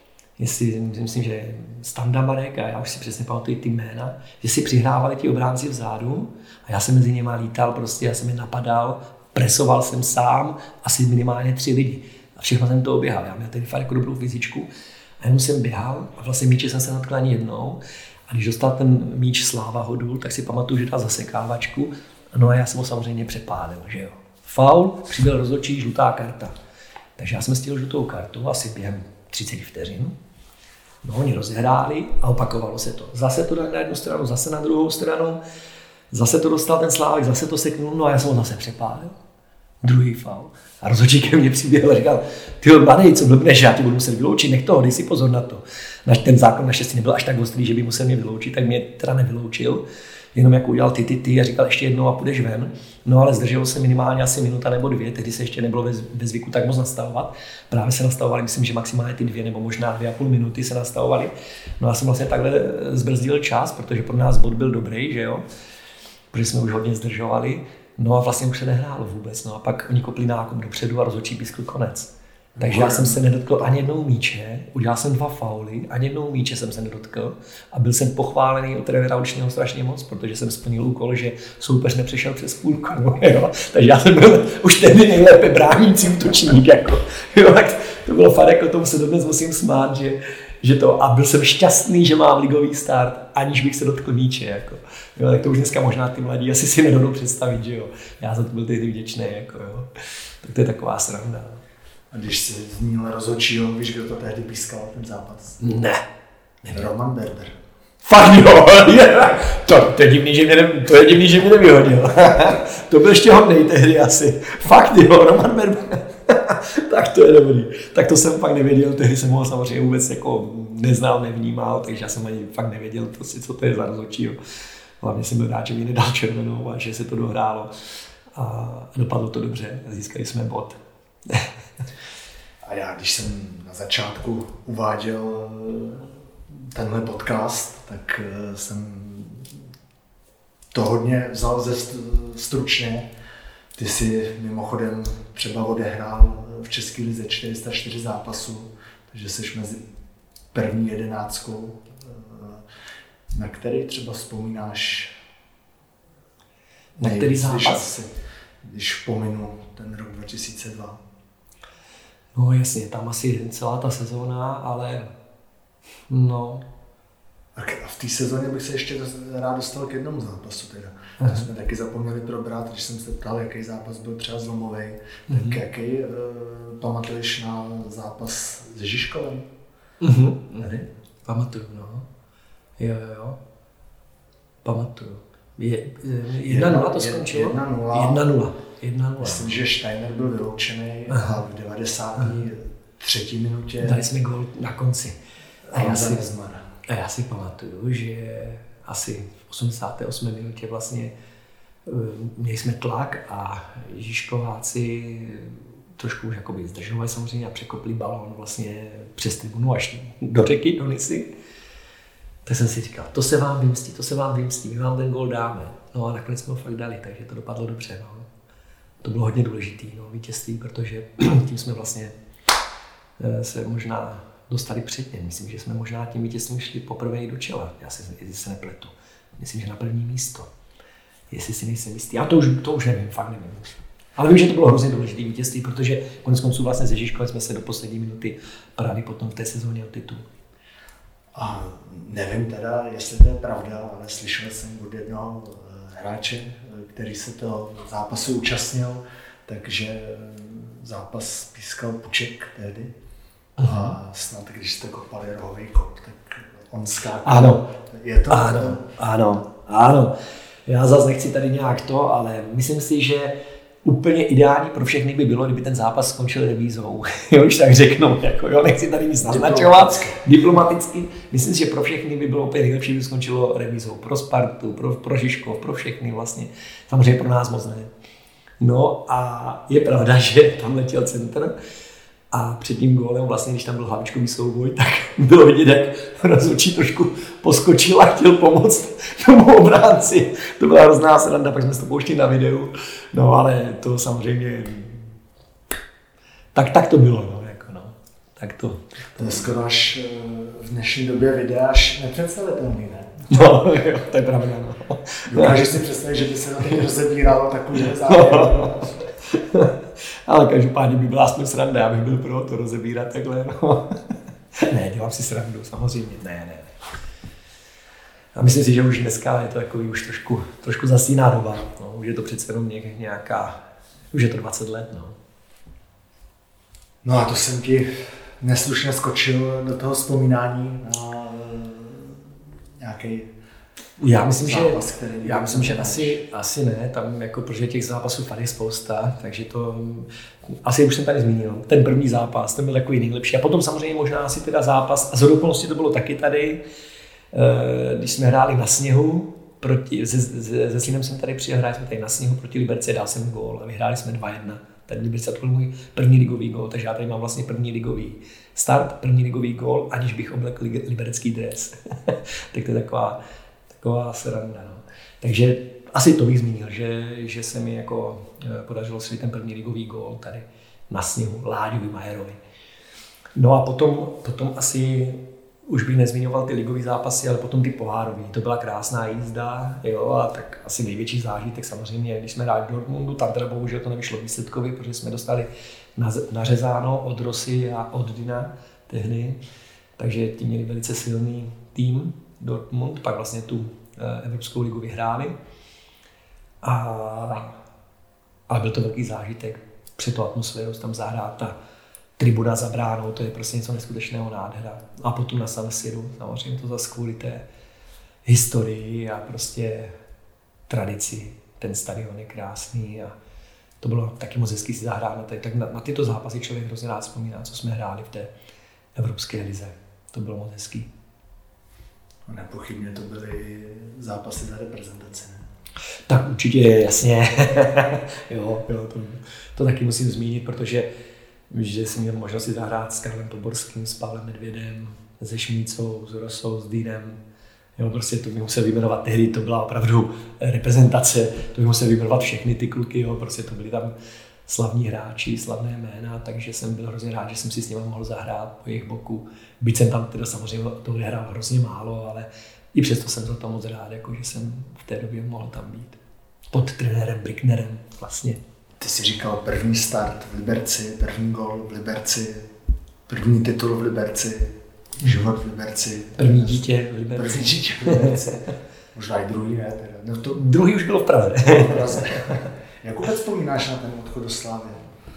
B: myslím, že Standa Marek, a já už si přesně pamatuju ty jména, že si přihrávali ti obránci vzadu a já jsem mezi něma lítal, prostě já jsem je napadal, presoval jsem sám asi minimálně 3 lidi a všechno jsem to oběhal. Já měl tedy fakt jako dobrou fyzičku a jenom jsem běhal a vlastně míče jsem se natkl ani jednou a když dostal ten míč Sláva Hodul, tak si pamatuju, že dal zasekávačku, no a já jsem ho samozřejmě přepálil, že jo. Faul, přibyl rozhodčí, žlutá karta. Takže já jsem stihl žlutou kartu asi během 30 vteřin. No, oni rozehráli a opakovalo se to. Zase to dali na jednu stranu, zase na druhou stranu. Zase to dostal ten Slávek, zase to seknul, no a já jsem ho zase přepálil. Druhý faul. A rozhodčí ke mně přiběhl a říkal, ty mladý, co blbneš, já tě budu muset vyloučit, nech toho, dej si pozor na to. Ten zákon naštěstí nebyl až tak ostrý, že by musel mě vyloučit, tak mě teda nevyloučil. Jenom jako udělal ty a říkal ještě jednou a půjdeš ven. No ale zdrželo se minimálně asi minuta nebo 2, tehdy se ještě nebylo ve zvyku tak moc nastavovat. Právě se nastavovali, myslím, že maximálně ty 2 nebo možná 2,5 minuty se nastavovali. No já jsem vlastně takhle zbrzdil čas, protože pro nás bod byl dobrý, že jo. Protože jsme už hodně zdržovali. No a vlastně už se nehrálo vůbec. No a pak oni kopli nákop dopředu a rozhodčí pískl konec. Takže já jsem se nedotkl ani jednou míče, udělal jsem 2 fauly, ani jednou míče jsem se nedotkl a byl jsem pochválený od trenéra Uličného strašně moc, protože jsem splnil úkol, že soupeř nepřešel přes půlku. Jo? Takže já jsem byl už tehdy nejlépe bránící útočník. Jako. Jo, tak to bylo fakt, jako tomu se dodnes musím smát, že to, a byl jsem šťastný, že mám ligový start, aniž bych se dotkl míče. Jako. Jo, tak to už dneska možná ty mladí asi si nedovedou představit, že jo. Já za to byl tehdy vděčný. Jako, jo. Tak to je taková sranda.
A: A když jsi zmínil rozhodčího, víš, kdo to tehdy pískal ten zápas?
B: Ne.
A: Roman Berber.
B: Fakt jo, to je divný, že mě nevyhodil. To byl ještě hodnej tehdy asi. Fakt jo, Roman Berber. Tak to je dobrý. Tak to jsem fakt nevěděl, tehdy jsem ho samozřejmě vůbec jako neznal, nevnímal, takže já jsem ani fakt nevěděl, co to je za rozhodčího. Hlavně jsem byl rád, že mi nedal červenou a že se to dohrálo. A dopadlo to dobře, získali jsme bod.
A: A já, když jsem na začátku uváděl tenhle podcast, tak jsem to hodně vzal stručně. Ty jsi mimochodem třeba odehrál v České lize 404 zápasů, takže jsi mezi první 11. Na který třeba vzpomínáš
B: na který zápas?
A: Když pominu ten rok 2002.
B: No jasně, tam asi celá ta sezóna, ale no.
A: A v té sezóně bych se ještě rád dostal k jednomu zápasu teda. To jsme taky zapomněli probrat, když jsem se ptal, jaký zápas byl třeba zlomovej. Tak jaký pamatuješ na zápas s Žižkovem? Tady?
B: Pamatuju, no. Jo. Pamatuju. 1-0 to skončilo? 1-0.
A: Myslím, že Steiner byl vyloučený a v 93. minutě
B: dali jsme gól na konci.
A: A
B: já si pamatuju, že asi v 88. minutě vlastně měli jsme tlak a Žižkováci trošku už jakoby zdržovali samozřejmě a překopli balón vlastně přes tribunu až do řeky, do Nisy. Tak jsem si říkal, to se vám vymstí, my vám ten gól dáme. No a nakonec jsme ho fakt dali, takže to dopadlo dobře. No. To bylo hodně důležitý vítězství, protože tím jsme vlastně se možná dostali předně. Myslím, že jsme možná tím vítězstvím šli poprvé i do čela. Já se nepletu. Myslím, že na první místo. Jestli si nejsem jistý. Já to už nevím, fakt nevím. Ale vím, že to bylo hrozně důležité vítězství, protože konec konců vlastně se Žižkovem jsme se do poslední minuty právě potom v té sezóně o titul.
A: A nevím teda, jestli to je pravda, ale slyšel jsem od jednoho hráče, který se toho zápasu účastnil, takže zápas pískal Puček tehdy. A snad, když jste kopali rohový kop, tak on skákal.
B: Ano.
A: Je to?
B: Ano. Já zase nechci tady nějak to, ale myslím si, že úplně ideální pro všechny by bylo, kdyby ten zápas skončil remízou. Jo, už tak řeknu, jako jo, nechci tady nic naznačovat. Diplomaticky. Myslím si, že pro všechny by bylo úplně nejlepší, kdyby skončilo remízou. Pro Spartu, pro Žižkov, pro všechny vlastně. Samozřejmě pro nás moc ne. No a je pravda, že tam letěl centr a před tím gólem, vlastně, když tam byl hlavičkový souboj, tak bylo vidět, jak rozhodčí trošku poskočil a chtěl pomoct tomu obránci. To byla hrozná sranda, pak jsme to pouštili na videu. No ale to samozřejmě... Tak to bylo, no. Jako, no.
A: To je skoro až v dnešní době videa až nepředstavitelný, ne?
B: No, jo, to je pravda, no.
A: Dokážeš si představit, že by se na těch rozebíralo takovýhle závěr.
B: Ale každopádně by byla aspoň sranda, já bych byl pro to rozebírat takhle, no. Ne, dělám si srandu, samozřejmě, ne. A myslím si, že už dneska je to takový už trošku zasíná doba, no. Už je to přece jenom nějaká, už je to 20 let, no.
A: No a to jsem ti neslušně skočil do toho vzpomínání na nějaký
B: Já myslím,
A: zápas,
B: že asi ne, tam jako, protože těch zápasů tady je spousta, takže to asi už jsem tady zmínil. Ten první zápas, ten byl takový nejlepší. A potom samozřejmě možná asi teda zápas, a z okolností to bylo taky tady, když jsme hráli na sněhu, se Slínem jsem tady přijel, hráli jsme tady na sněhu proti Liberci, dal jsem gól a vyhráli jsme 2-1. Ten Liberec, to byl můj první ligový gól, takže já tady mám vlastně první ligový start, první ligový gól, aniž bych oblekl liberecký dres. Tak to je taková sranda. No. Takže asi to bych zmínil, že se mi jako podařilo si ten první ligový gól tady na sněhu, Láďovi Majerovi. No a potom asi už bych nezmiňoval ty ligové zápasy, ale potom ty pohárový. To byla krásná jízda, jo, a tak asi největší zážitek samozřejmě, když jsme hráli v Dortmundu, tam teda bohužel to nevyšlo výsledkově, protože jsme dostali nařezáno od Rosy a od Dina tehdy, takže ti měli velice silný tým Dortmund, pak vlastně tu Evropskou ligu vyhráli. Ale byl to velký zážitek před tu atmosférou, tam zahrát ta tribuna za bránou, to je prostě něco neskutečného, nádhera. A potom na San Siru, samozřejmě to zase kvůli té historii a prostě tradici. Ten stadion je krásný a to bylo taky moc hezký si zahrát. Tak na tyto zápasy člověk hrozně rád vzpomíná, co jsme hráli v té Evropské lize. To bylo moc hezký.
A: Nepochybně to byly zápasy za reprezentaci, ne?
B: Tak určitě, jasně. jo, to taky musím zmínit, protože jsem měl možnost si zahrát s Karlem Poborským, s Pavlem Nedvědem, se Šmícou, s Rosou, s Dýnem. Jo, prostě to bych musel vyjmenovat tehdy, to byla opravdu reprezentace, to bych musel vyjmenovat všechny ty kluky, jo, prostě to byli tam slavní hráči, slavné jména, takže jsem byl hrozně rád, že jsem si s nimi mohl zahrát po jejich boku. Byť jsem tam teda samozřejmě to hrál hrozně málo, ale i přesto jsem za to moc rád, jako, že jsem v té době mohl tam být. Pod trenérem Bricknerem vlastně.
A: Ty jsi říkal první start v Liberci, první gól v Liberci, první titul v Liberci, život v Liberci.
B: První dítě v Liberci.
A: První dítě v Liberci. Možná i druhý, ne? Teda.
B: No to druhý už bylo v Praze.
A: Jak vůbec vzpomínáš na ten odchod do Slávy?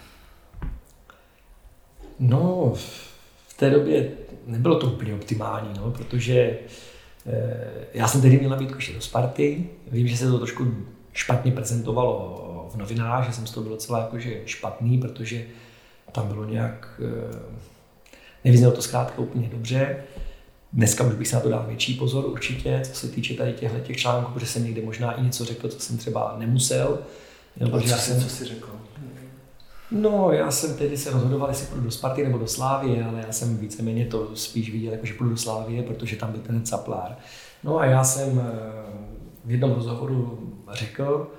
B: No, v té době nebylo to úplně optimální, no, protože já jsem tehdy měl nabídku ještě do Sparty. Vím, že se to trošku špatně prezentovalo v novinách, že jsem z toho byl docela jakože špatný, protože tam bylo nějak, nevyznělo to zkrátka úplně dobře. Dneska už bych se na to dal větší pozor určitě, co se týče tady těch článků, protože jsem někde možná i něco řekl, co jsem třeba nemusel.
A: Co jsi řekl?
B: No, já jsem tehdy se rozhodoval, jestli půjdu do Sparty nebo do Slávie, ale já jsem víceméně to spíš viděl, jako že půjdu do Slávie, protože tam byl ten Caplár. No a já jsem v jednom rozhovoru řekl,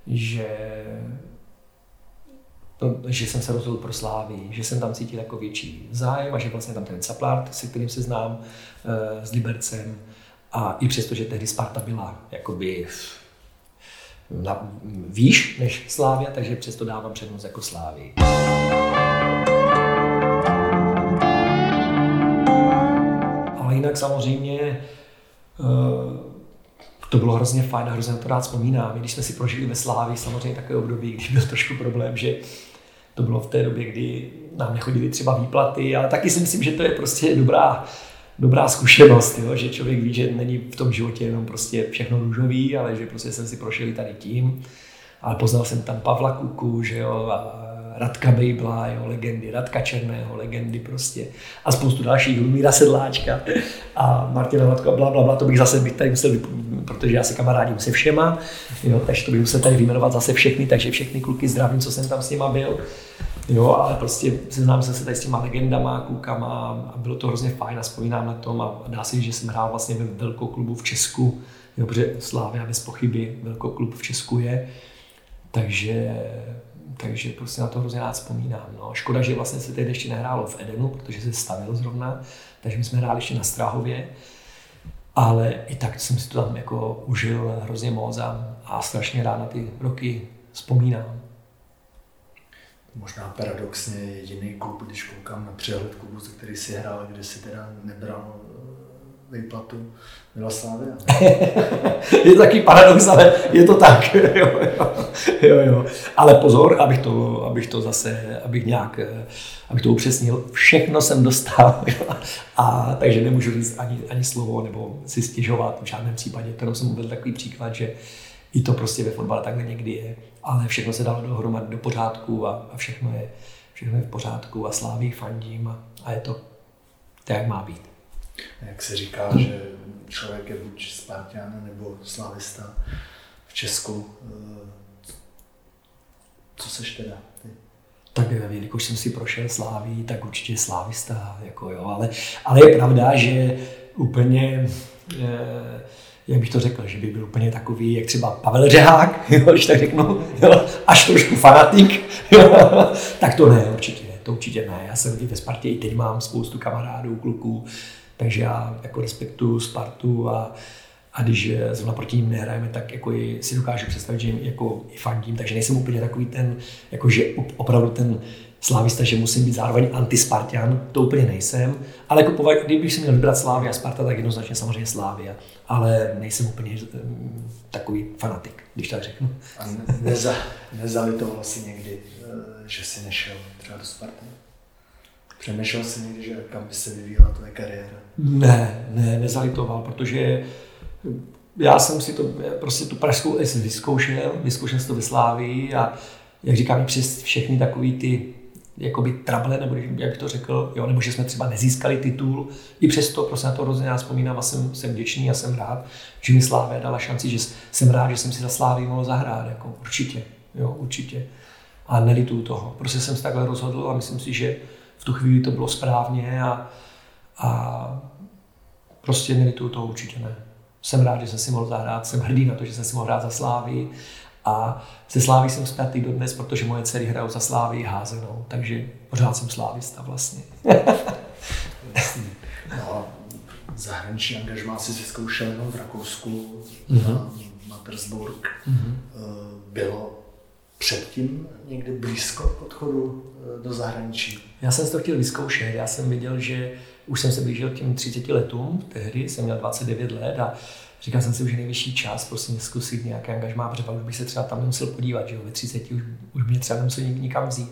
B: že jsem se rozhodl pro Slávii, že jsem tam cítil jako větší zájem a že vlastně tam ten Caplár, se kterým se znám, s Libercem, a i přesto, že tehdy Sparta byla jakoby výš než Slavia, takže přesto dávám přednost jako Slavii. Ale jinak samozřejmě to bylo hrozně fajn a hrozně to rád vzpomínám. Když jsme si prožili ve Slávii samozřejmě takové období, kdy byl trošku problém, že to bylo v té době, kdy nám nechodily třeba výplaty, ale taky si myslím, že to je prostě dobrá zkušenost, jo? Že člověk ví, že není v tom životě jenom prostě všechno růžový, ale že prostě jsem si prošel tady tím. Ale poznal jsem tam Pavla Kuku, že jo, a Radka Bejbla, jo, legendy, Radka Černého, legendy prostě a spoustu dalších, Lumíra Sedláčka a Martina Hladko a blablabla, to bych zase tady musel, protože já se kamarádím se všema, jo, takže to bych musel tady vyjmenovat zase všechny, takže všechny kluky zdravím, co jsem tam s nima byl, jo, ale prostě seznám jsem se tady s těma legendama, klukama a bylo to hrozně fajn a vzpomínám na tom a dá se říct, že jsem hrál vlastně ve velkoklubu v Česku, jo, protože Slavia bez pochyby velkoklub v Česku je, takže prostě na to hrozně rád vzpomínám. No. Škoda, že vlastně se teď ještě nehrálo v Edenu, protože se stavil zrovna, takže my jsme hráli ještě na Strahově, ale i tak jsem si to tam jako užil hrozně moc a strašně rád na ty roky vzpomínám.
A: Možná paradoxně jediný klub, když koukám na přehled klubu, ze který si hrál, kde si teda nebral výplatu, byla Slavia.
B: Je to taky paradox, ale je to tak. jo. Ale pozor, abych to upřesnil, všechno jsem dostal. A takže nemůžu říct ani slovo nebo si stěžovat v žádném případě. Kterou jsem uvedl takový příklad, že i to prostě ve fotbale takhle někdy je. Ale všechno se dalo dohromady do pořádku a všechno je v pořádku a Slávii fandím a je to tak, jak má být.
A: Jak se říká, že člověk je buď Spartan nebo Slavista v Česku. Co seš teda ty?
B: Tak jelikož jsem si prošel Sláví, tak určitě Slávista, jako jo, ale je pravda, že úplně, jak bych to řekl, že by byl úplně takový, jak třeba Pavel Řehák, jo, když tak řeknu, jo, až trošku fanatik, jo, tak to ne, určitě ne. Já jsem ve Spartě i teď mám spoustu kamarádů, kluků, takže já jako respektuju Spartu a když zrovna proti ním nehrajeme, tak jako si dokážu představit, že jim jako i fandím, takže nejsem úplně takový ten, jakože opravdu ten slávista, že musím být zároveň antispartian, to úplně nejsem, ale jako kdybych si měl vybrat Slavia a Sparta, tak jednoznačně samozřejmě Slavia, ale nejsem úplně takový fanatik, když tak řeknu.
A: A nezalitoval si někdy, že jsi nešel třeba do Sparty? Přemýšlel jsi někdy, že kam by se vyvíjela tvoje kariéra?
B: Ne, nezalitoval, protože já jsem si to, prostě tu pražskou vyzkoušel si to ve Slávii a jak říkám, přes všechny takový ty jakoby trable, nebo jak bych to řekl, jo, nebo že jsme třeba nezískali titul, i přesto prostě na to hrozně já vzpomínám a jsem vděčný a jsem rád, že mi Slávia dala šanci, že jsem rád, že jsem si za Slávii mohl zahrát, jako určitě. A nelituju toho, prostě jsem se takhle rozhodl a myslím si, že v tu chvíli to bylo správně a prostě nelituju toho určitě ne. Jsem rád, že jsem si mohl zahrát, jsem hrdý na to, že jsem si mohl hrát za Slávii a se Sláví jsem spjatý dodnes, protože moje dcery hrajou za Slávii házenou, takže pořád jsem slávista vlastně.
A: No, zahraniční angažmá si zkoušel jenom v Rakousku, Mattersburg. Bylo předtím někdy blízko odchodu do zahraničí?
B: Já jsem si to chtěl vyzkoušet, já jsem viděl, že už jsem se blížil těm 30 letům, tehdy jsem měl 29 let a říkal jsem si, že nejvyšší čas prostě zkusit nějaké angažmá, protože pak už bych se třeba tam nemusel podívat, že jo, ve 30 už mě třeba nemusel nikam vzít.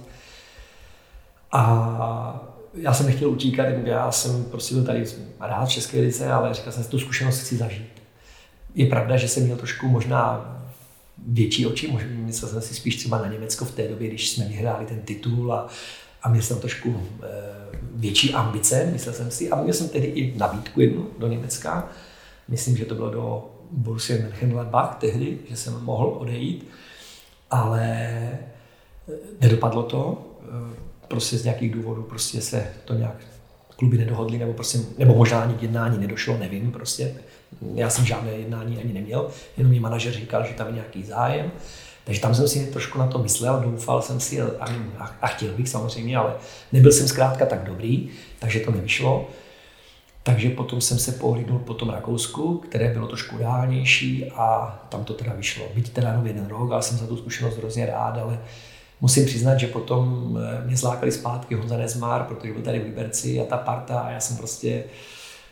B: A já jsem nechtěl utíkat, já jsem prostě byl tady rád v České lize, ale říkal jsem si, tu zkušenost chci zažít. Je pravda, že jsem měl trošku možná větší oči, myslel jsem si spíš třeba na Německo v té době, když jsme vyhráli ten titul a měl jsem trošku větší ambice, myslel jsem si, a měl jsem tedy i nabídku jednu do Německa. Myslím, že to bylo do Borussia Mönchengladbach tehdy, že jsem mohl odejít, ale nedopadlo to. Prostě z nějakých důvodů prostě se to nějak kluby nedohodly, nebo možná ani k jednání nedošlo, nevím prostě. Já jsem žádné jednání ani neměl, jenom mi manažer říkal, že tam je nějaký zájem. Takže tam jsem si trošku na to myslel, doufal jsem si a chtěl bych samozřejmě, ale nebyl jsem zkrátka tak dobrý, takže to nevyšlo. Takže potom jsem se pohlídnul po tom Rakousku, které bylo trošku reálnější a tam to teda vyšlo. Byť teda jenom 1 rok, ale jsem za tu zkušenost hrozně rád, ale musím přiznat, že potom mě zlákali zpátky Honza Nezmar, protože byl tady v Liberci a ta parta a já jsem prostě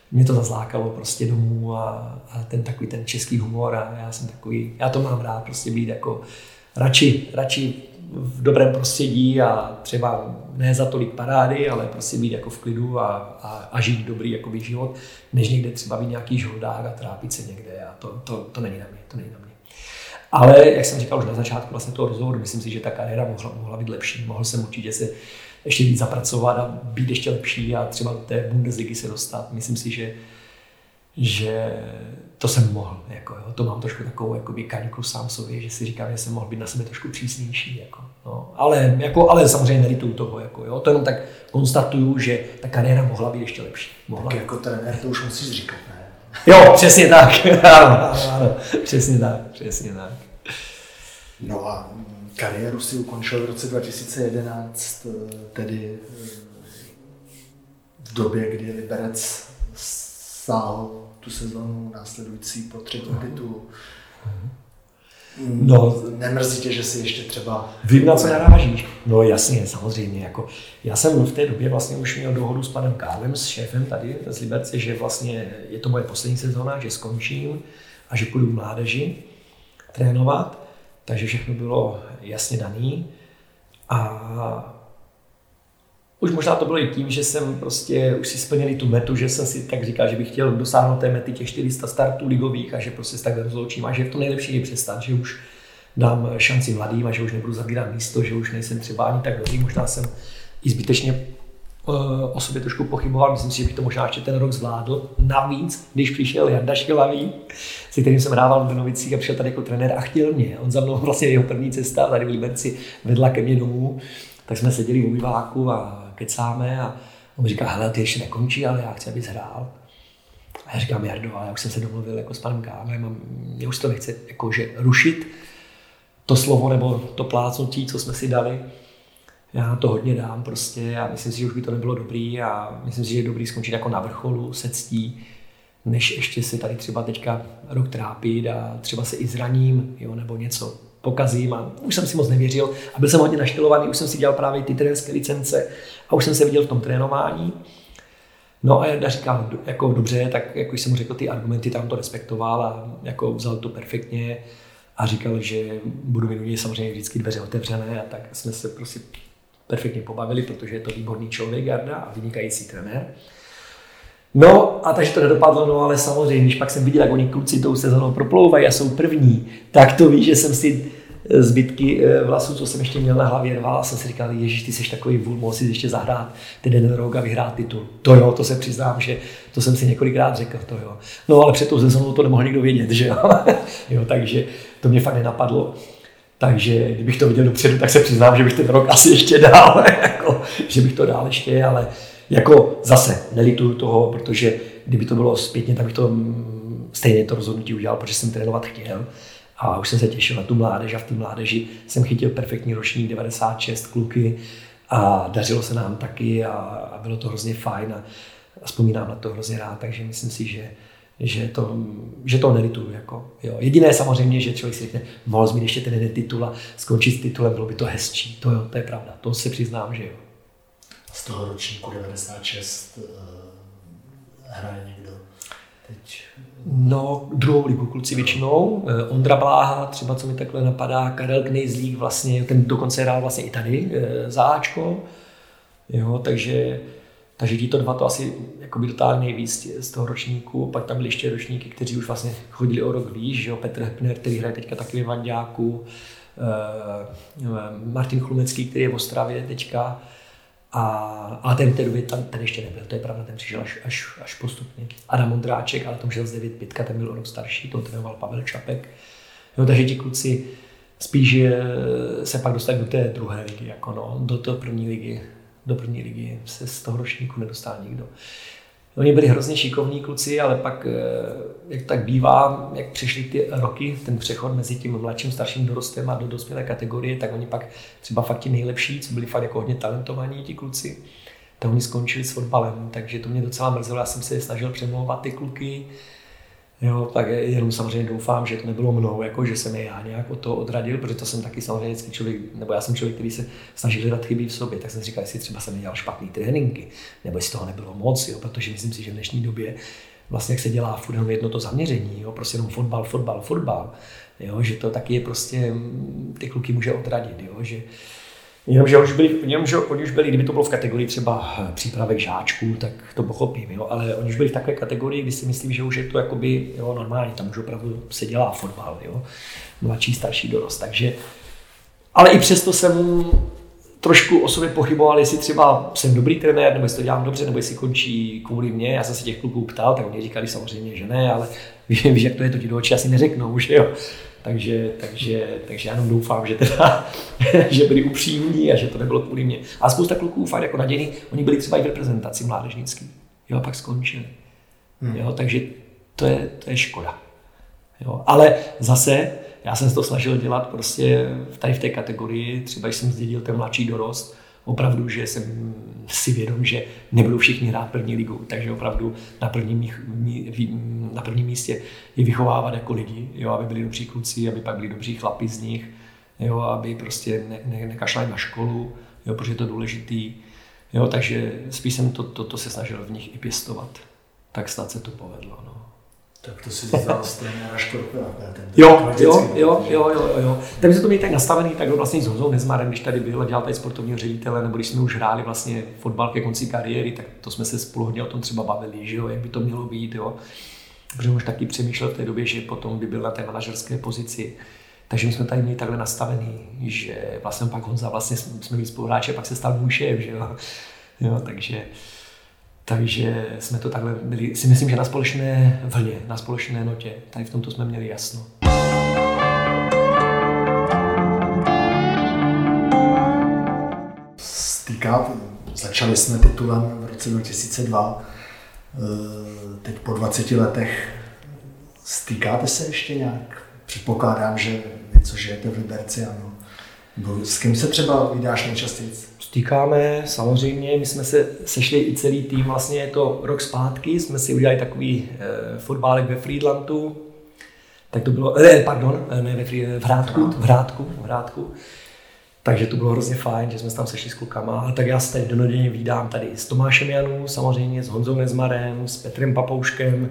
B: mě to zazlákalo prostě domů a ten takový ten český humor a já jsem takový, já to mám rád prostě být jako radši v dobrém prostředí a třeba ne za tolik parády, ale prostě být jako v klidu a žít dobrý jakoby život, než někde třeba být nějaký žoldák a trápit se někde a to není na mě, Ale jak jsem říkal už na začátku vlastně toho rozhovoru, myslím si, že ta kariéra mohla být lepší, mohl jsem určitě se ještě víc zapracovat a být ještě lepší a třeba do té Bundesligy se dostat. Myslím si, že to jsem mohl. Jako, jo. To mám trošku takovou jakoby kaňku sám sobě, že si říkám, že jsem mohl být na sebe trošku přísnější. Jako, no. Ale samozřejmě nelituju toho. Jako, jo. To jenom tak konstatuju, že ta kariéra mohla být ještě lepší.
A: Tak jako trenér to už musíš říkat, ne?
B: Jo, přesně tak. ano, přesně tak.
A: No a kariéru si ukončil v roce 2011, tedy v době, kdy Liberec sáhl tu sezónu následující po třetím titulu. No, nemrzí tě, že si ještě třeba...
B: Vím, na co narážíš. No jasně, samozřejmě. Jako, já jsem v té době vlastně už měl dohodu s panem Kávem, s šéfem tady z Liberce, že vlastně je to moje poslední sezóna, že skončím a že půjdu v mládeži trénovat. Takže všechno bylo jasně daný. A už možná to bylo i tím, že jsem prostě už si splnil tu metu, že jsem si tak říkal, že bych chtěl dosáhnout té mety těch 400 startů ligových a že prostě se takhle rozloučím a že v tom nejlepší je přestat, že už dám šanci mladým a že už nebudu zabírat místo, že už nejsem třeba ani tak dobrý. Možná jsem i zbytečně o sobě trošku pochyboval, myslím si, že bych to možná ještě ten rok zvládl. Navíc, když přišel Jarda Škilavý, se kterým jsem hrával v Benovicích a přišel tady jako trenér a chtěl mě. On za mnou vlastně jeho první cesta tady v Liberci vedla ke mně domů, tak jsme seděli v obýváku a kecáme a on říká, hele, ty ještě nekončí, ale já chci, abys hrál. A já říkám, Jardo, ale já už jsem se domluvil jako s panem Kávem a mě už to nechce jakože rušit to slovo nebo to plácnutí, co jsme si dali. Já to hodně dám prostě a myslím si, že už by to nebylo dobrý a myslím si, že je dobrý skončit jako na vrcholu se ctí, než ještě se tady třeba teďka rok trápit a třeba se i zraním, jo, nebo něco pokazím a už jsem si moc nevěřil a byl jsem hodně naštelovaný, už jsem si dělal právě ty trenérské licence a už jsem se viděl v tom trénování. No a Jarda říkal, jako dobře, tak jako jsem mu řekl ty argumenty, tam to respektoval a jako vzal to perfektně a říkal, že budu mít samozřejmě vždycky dveře otevřené a tak jsme se prostě perfektně pobavili, protože je to výborný člověk Jarda a vynikající trenér. No a takže to nedopadlo, no ale samozřejmě, když pak jsem viděl, jak oni kluci tou sezónou proplouvají a jsou první, tak to víš, že jsem si zbytky vlasů, co jsem ještě měl na hlavě, rval a jsem si říkal, ježiš, ty jsi takový vůl, mohl si ještě zahrát ten jeden rok a vyhrát titul. To jo, to se přiznám, že to jsem si několikrát řekl, to jo. No ale před tou sezónou to nemohl nikdo vědět, že jo. Jo, takže to mě fakt nenapadlo. Takže kdybych to viděl dopředu, tak se přiznám, že bych ten rok asi ještě dál, jako, že bych to dál ještě, ale jako zase nelituju toho, protože kdyby to bylo zpětně, tak bych to stejně to rozhodnutí udělal, protože jsem trénovat chtěl a už jsem se těšil na tu mládež a v té mládeži jsem chytil perfektní ročník 96 kluky a dařilo se nám taky a bylo to hrozně fajn a vzpomínám na to hrozně rád, takže myslím si, že to nelituju. Jako, jo. Jediné samozřejmě, že člověk si řekne, mohl mít ještě ten jeden titul a skončit s titulem, bylo by to hezčí. To je pravda, to se přiznám, že jo.
A: Z toho ročníku 96 hraje někdo teď?
B: No, druhou ligu kluci většinou. Ondra Bláha, třeba co mi takhle napadá, Karel Knejzlík vlastně, ten dokonce hrál vlastně i tady za Ačko. Jo, takže títo dva to asi jakoby dotáhli nejvíc z toho ročníku. Pak tam byly ještě ročníky, kteří už vlastně chodili o rok výš, že jo? Petr Hepner, který hraje teďka taky v Vanďáku, Martin Chlumecký, který je v Ostravě teďka. A ten v té době ten ještě nebyl, to je pravda, ten přišel až postupně. Adam Ondráček, ale to už jel z 9-5, ten byl o rok starší, to trénoval Pavel Čapek. Jo, takže ti kluci spíš se pak dostali do té druhé ligy, jako no, do té první ligy. Do první ligy se z toho ročníku nedostal nikdo. Oni byli hrozně šikovní kluci, ale pak, jak tak bývá, jak přišly ty roky, ten přechod mezi tím mladším, starším dorostem a do dospělé kategorie, tak oni pak třeba fakt ti nejlepší, co byli fakt jako hodně talentovaní ti kluci, tak oni skončili s fotbalem, takže to mě docela mrzelo, já jsem se snažil přemlouvat ty kluky, Jo, tak jenom samozřejmě doufám, že to nebylo mnou, jako, že jsem je já nějak od toho odradil, protože to jsem taky samozřejmě vždycky člověk, nebo já jsem člověk, který se snaží hledat chyby v sobě, tak jsem si říkal, jestli třeba jsem nedělal špatný tréninky, nebo jestli toho nebylo moc, jo, protože myslím si, že v dnešní době vlastně jak se dělá furt jenom jedno to zaměření, jo, prostě jenom fotbal, jo, že to taky je prostě, ty kluky může odradit, jo, že Jenomže oni už byli, kdyby to bylo v kategorii třeba přípravek žáčků, tak to pochopím, jo? Ale oni už byli v takové kategorii, kdy si myslím, že už je to jakoby, jo, normálně, tam už opravdu se dělá fotbal, jo? Mladší, starší dorost, takže, ale i přesto jsem trošku o sobě pochyboval, jestli třeba jsem dobrý trenér, nebo jestli to dělám dobře, nebo jestli končí kvůli mně. Já jsem se těch kluků ptal, tak oni říkali samozřejmě, že ne, ale víš, jak to je, to ti do očí asi neřeknou, že jo? Takže já jenom doufám, že teda, že byli upřímní a že to nebylo kvůli mě. A spousta kluků fakt jako nadějný, oni byli třeba i v reprezentaci mládežnický, jo, a pak skončili. Jo, takže to je škoda. Jo, ale zase, já jsem se to snažil dělat prostě tady v té kategorii, třeba když jsem zdědil ten mladší dorost, opravdu, že jsem si vědom, že nebudou všichni hrát první ligu, takže opravdu na prvním místě je vychovávat jako lidi, jo, aby byli dobří kluci, aby pak byli dobří chlapi z nich, jo, aby prostě nekašlali na školu, jo, protože je to důležitý, jo, takže spíš jsem to se snažil v nich i pěstovat, tak snad se to povedlo, no.
A: Tak to si vzal z trenéra Škorpila.
B: Jo. Tam se to měli tak nastavený, tak vlastně s Honzou Nezmarem, když tady byl a dělal tady sportovního ředitele, nebo když jsme už hráli vlastně fotbal ke konci kariéry, tak to jsme se spolu hodně o tom třeba bavili, že jo, jak by to mělo být, jo. Protože už taky přemýšlel v té době, že potom by byl na té manažerské pozici. Takže my jsme tady měli takhle nastavený, že vlastně pak Honza, vlastně jsme byli spoluhráči a pak se stal můj šéf, že jo, takže jsme to takhle byli, si myslím, že na společné vlně, na společné notě. Tady v tomto jsme měli jasno.
A: Začali jsme titulem v roce 2002, teď po 20 letech. Stýkáte se ještě nějak? Předpokládám, že vy, co žijete v Liberci, ano. S kým se třeba vydáš nejčastěji?
B: Stýkáme, samozřejmě, my jsme se sešli i celý tým, vlastně je to rok zpátky, jsme si udělali takový fotbálek ve Frýdlantu, tak to bylo, v Hrádku. Takže to bylo hrozně fajn, že jsme se tam sešli s klukama, ale tak já se tady denodenně vídám tady s Tomášem Janů, samozřejmě s Honzou Nezmarem, s Petrem Papouškem,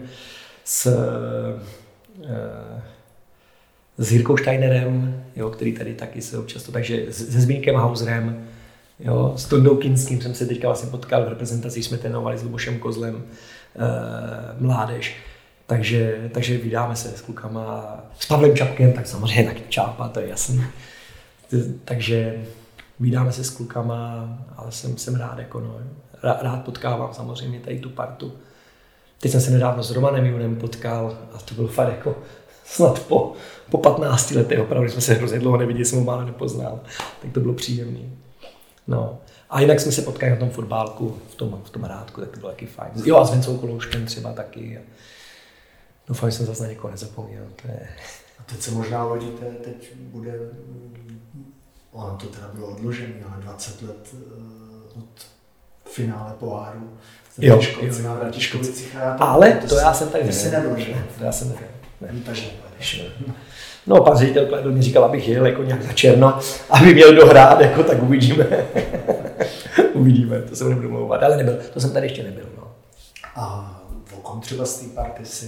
B: s Jirkou Steinerem, jo, který tady taky se občas, takže se Zbínkem Hauserem, jo, s Tondou Kinským jsem se teďka vlastně potkal v reprezentaci, jsme trénovali s Lubošem Kozlem, mládež, takže vydáme se s klukama, s Pavlem Čapkem, tak samozřejmě taky Čápa, to je jasný. Takže vydáme se s klukama, ale jsem rád, jako no, rád potkávám samozřejmě tady tu partu. Teď jsem se nedávno s Romanem Junem potkal a to bylo fakt jako snad po 15 letech, opravdu jsme se hrozně dlouho neviděli, jsem ho málo nepoznal, tak to bylo příjemný. No. A jinak jsme se potkali na tom fotbálku, v tom Hrádku, tak to bylo taky fajn. Jo, a s Vencou Kolouškem třeba taky. Doufám, že jsem zase na někoho nezapomněl. To je...
A: A teď se možná hodíte, teď bude, ono to teda bylo odložené, ale 20 let od finále poháru.
B: Jo.
A: Na Vratiškovicích.
B: Ale to já jsem tady
A: nebyl, že?
B: To já jsem nevěděl.
A: Takže
B: no, pan ředitel Klédl mi říkal, abych jel jako nějak za černo, aby měl dohrát, jako, tak uvidíme. Uvidíme, to se nebudu mlouvat, ale nebyl, to jsem tady ještě nebyl. No.
A: A o kom třeba z té party si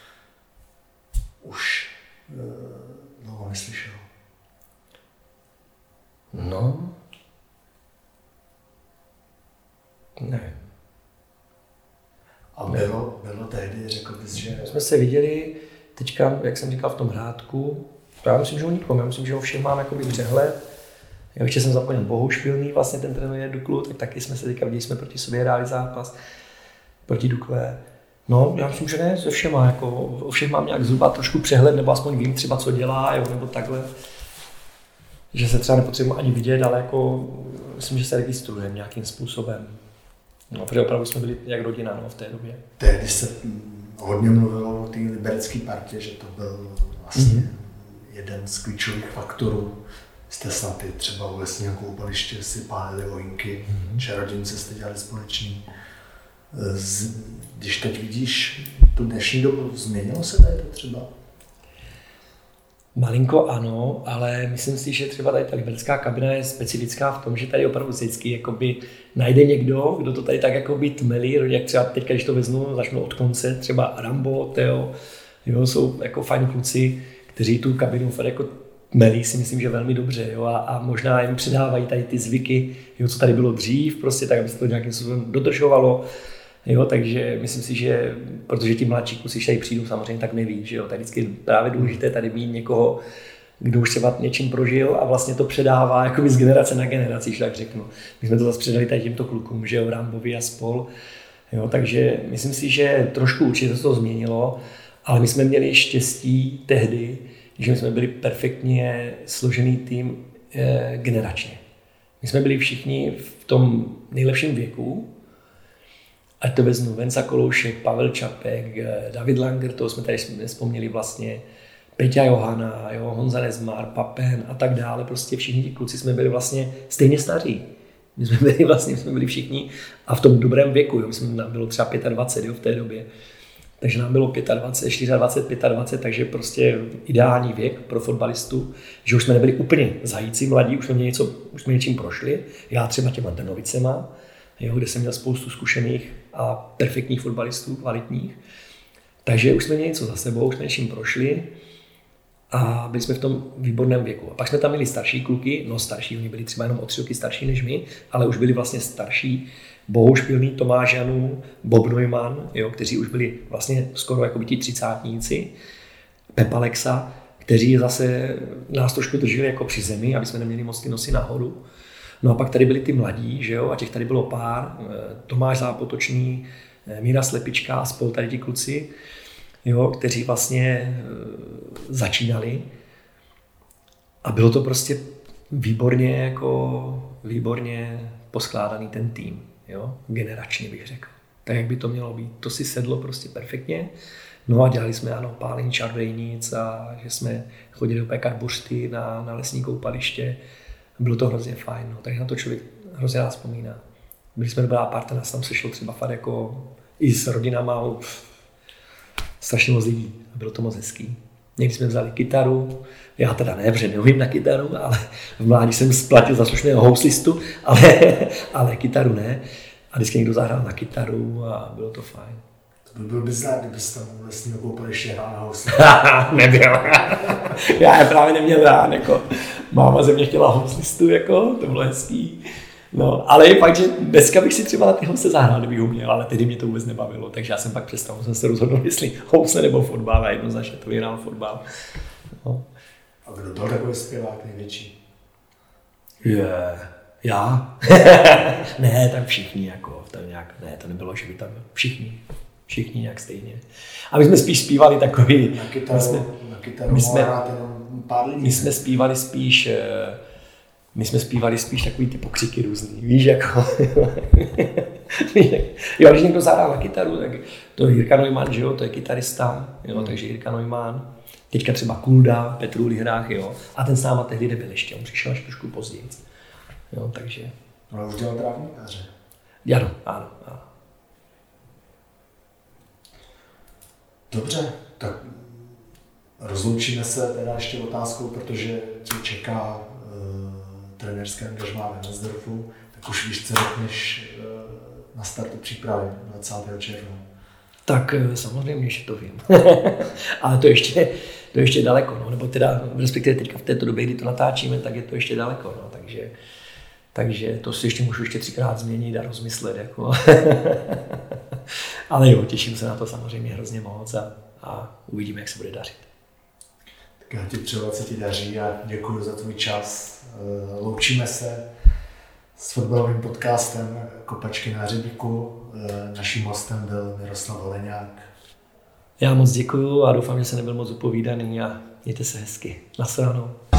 A: už dlouho neslyšel?
B: No, nevím.
A: A bylo tehdy, řekl bys, že...
B: Jsme se viděli teďka, jak jsem říkal, v tom Hrádku. Já myslím, že o nikom, já myslím, že o všem mám jakoby přehled. Já ještě jsem zapomněl Bohoušpilný, vlastně ten trénuje Duklu, tak taky jsme se teďka viděli, jsme proti sobě hráli zápas, proti Dukle. No, já myslím, že ne, se všema, jako o všech mám nějak zhruba trošku přehled, nebo aspoň vím třeba, co dělá, jo, nebo takhle. Že se třeba nepotřebuji ani vidět, ale jako myslím, že se registrujeme nějakým způsobem. No, protože opravdu jsme byli jak rodina, no, v té době.
A: Tehdy se hodně mluvilo o té liberecké partě, že to byl vlastně jeden z klíčových faktorů. Jste snad i třeba u lesního koupaliště si pálili ohýnky, čarodějnice jste dělali společný. Když teď vidíš tu dnešní dobu? Změnilo se tady to třeba?
B: Malinko ano, ale myslím si, že třeba tady ta liberecká kabina je specifická v tom, že tady opravdu vždycky jakoby najde někdo, kdo to tady tak jakoby tmelí, jak třeba teď, když to veznu, začnu od konce, třeba Rambo, Teo, jo, jsou jako fajn kluci, kteří tu kabinu fakt jako tmelí, si myslím, že velmi dobře, jo, a možná jim předávají tady ty zvyky, jo, co tady bylo dřív, prostě tak, aby se to nějakým způsobem dodržovalo. Jo, takže myslím si, že protože ti mladší kluci tady přijdou samozřejmě, tak neví, že jo, tak vždycky je právě důležité tady mít někoho, kdo už třeba něčím prožil a vlastně to předává jakoby z generace na generaci, když tak řeknu. My jsme to zase předali tady těmto klukům, že jo, Rambovi a spol. Jo, takže myslím si, že trošku určitě se to změnilo, ale my jsme měli štěstí tehdy, že my jsme byli perfektně složený tým generačně. My jsme byli všichni v tom nejlepším věku, ať to vezmu Venca Koloušek, Pavel Čapek, David Langer, toho jsme tady vzpomněli vlastně, Peťa Johana, jo, Honza Nezmar, Papen a tak dále, prostě všichni ti kluci jsme byli vlastně stejně staří. My jsme byli všichni a v tom dobrém věku, jo, nám bylo třeba 25, jo, v té době. Takže nám bylo 25, 24, 25, takže prostě ideální věk pro fotbalistu, že už jsme nebyli úplně zajíci mladí, už jsme něčím prošli, já třeba těma Trnovicema, jo, kde jsem měl spoustu zkušených a perfektních fotbalistů, kvalitních. Takže už jsme měli něco za sebou, už jsme něčím prošli a byli jsme v tom výborném věku. A pak jsme tam měli starší kluky, starší, oni byli třeba jenom o 3 roky starší než my, ale už byli vlastně starší, Bohuš Pilný, Tomáš Janů, Bob Neumann, jo, kteří už byli vlastně skoro jako by ti třicátníci, Pepa Lexa, kteří zase nás trošku drželi jako při zemi, aby jsme neměli moc ty nosy nahoru. No a pak tady byli ty mladí, že jo, a těch tady bylo pár, Tomáš Zápotočný, Míra Slepička a spolu tady ti kluci, jo, kteří vlastně začínali. A bylo to prostě výborně poskládaný ten tým, jo, generačně bych řekl. Tak, jak by to mělo být. To si sedlo prostě perfektně. No a dělali jsme, ano, pálení čarodějnic a že jsme chodili opékat buřty na lesní koupaliště. Bylo to hrozně fajn, no, takže na to člověk hrozně rád vzpomíná. Byli jsme dobrá parta, nás tam sešlo třeba fakt jako i s rodinama, strašně moc lidí. Bylo to moc hezký. Někdy jsme vzali kytaru, já teda ne, protože neumím na kytaru, ale v mládí jsem splatil za slušného houslistu, ale kytaru ne. A vždycky někdo zahrál na kytaru a bylo to fajn.
A: To by byl bizár, kdybyste tam lesního koupaliště hrál na houslistu.
B: Nebyl. Já je právě neměl rád, jako. Máma ze mě chtěla houslistu, jako, to bylo hezký. No, ale je fakt, že dneska bych si třeba na ty housle zahrál, kdybych uměl, ale tehdy mě to vůbec nebavilo, takže já jsem pak přestal, jsem se rozhodl, jestli housle nebo fotbal, a jednoznačně to vyhrál fotbal. No.
A: A kdo byl takový zpěvák největší?
B: Já? Ne, tam všichni, jako, tam nějak, ne, to nebylo, že by tam všichni nějak stejně. A my jsme spíš zpívali takový...
A: Na kytaru hrát jenom pár lidí.
B: My jsme zpívali spíš takový ty pokřiky různý, víš, jako... Jo, když někdo zahrál na kytaru, tak to je Jirka Neumann, že jo, to je kytarista, jo, takže Jirka Neumann. Teďka třeba Kulda, Petru Lihrách, jo, a ten s náma tehdy nebyl ještě, on přišel až trošku později, jo, takže...
A: Ale už dělal trávníkaře.
B: Ano.
A: Dobře, tak rozloučíme se teda ještě otázkou, protože tě čeká trenérské angažmá ve Mezdorfu, tak už víš, co řekneš na startu přípravy 20. června.
B: Tak samozřejmě, že to vím. Ale to ještě daleko, no, nebo teda respektive teďka v této době, kdy to natáčíme, tak je to ještě daleko, no, takže to si ještě můžu ještě 3krát změnit a rozmyslet, jako. Ale jo, těším se na to samozřejmě hrozně moc a uvidíme, jak se bude dařit.
A: Tak já ti přeju, ať se ti daří a děkuji za tvůj čas. Loučíme se s fotbalovým podcastem Kopačky na hřebíku. Naším hostem byl Miroslav Holeňák.
B: Já moc děkuju a doufám, že se nebyl moc upovídaný a mějte se hezky. Nasledanou.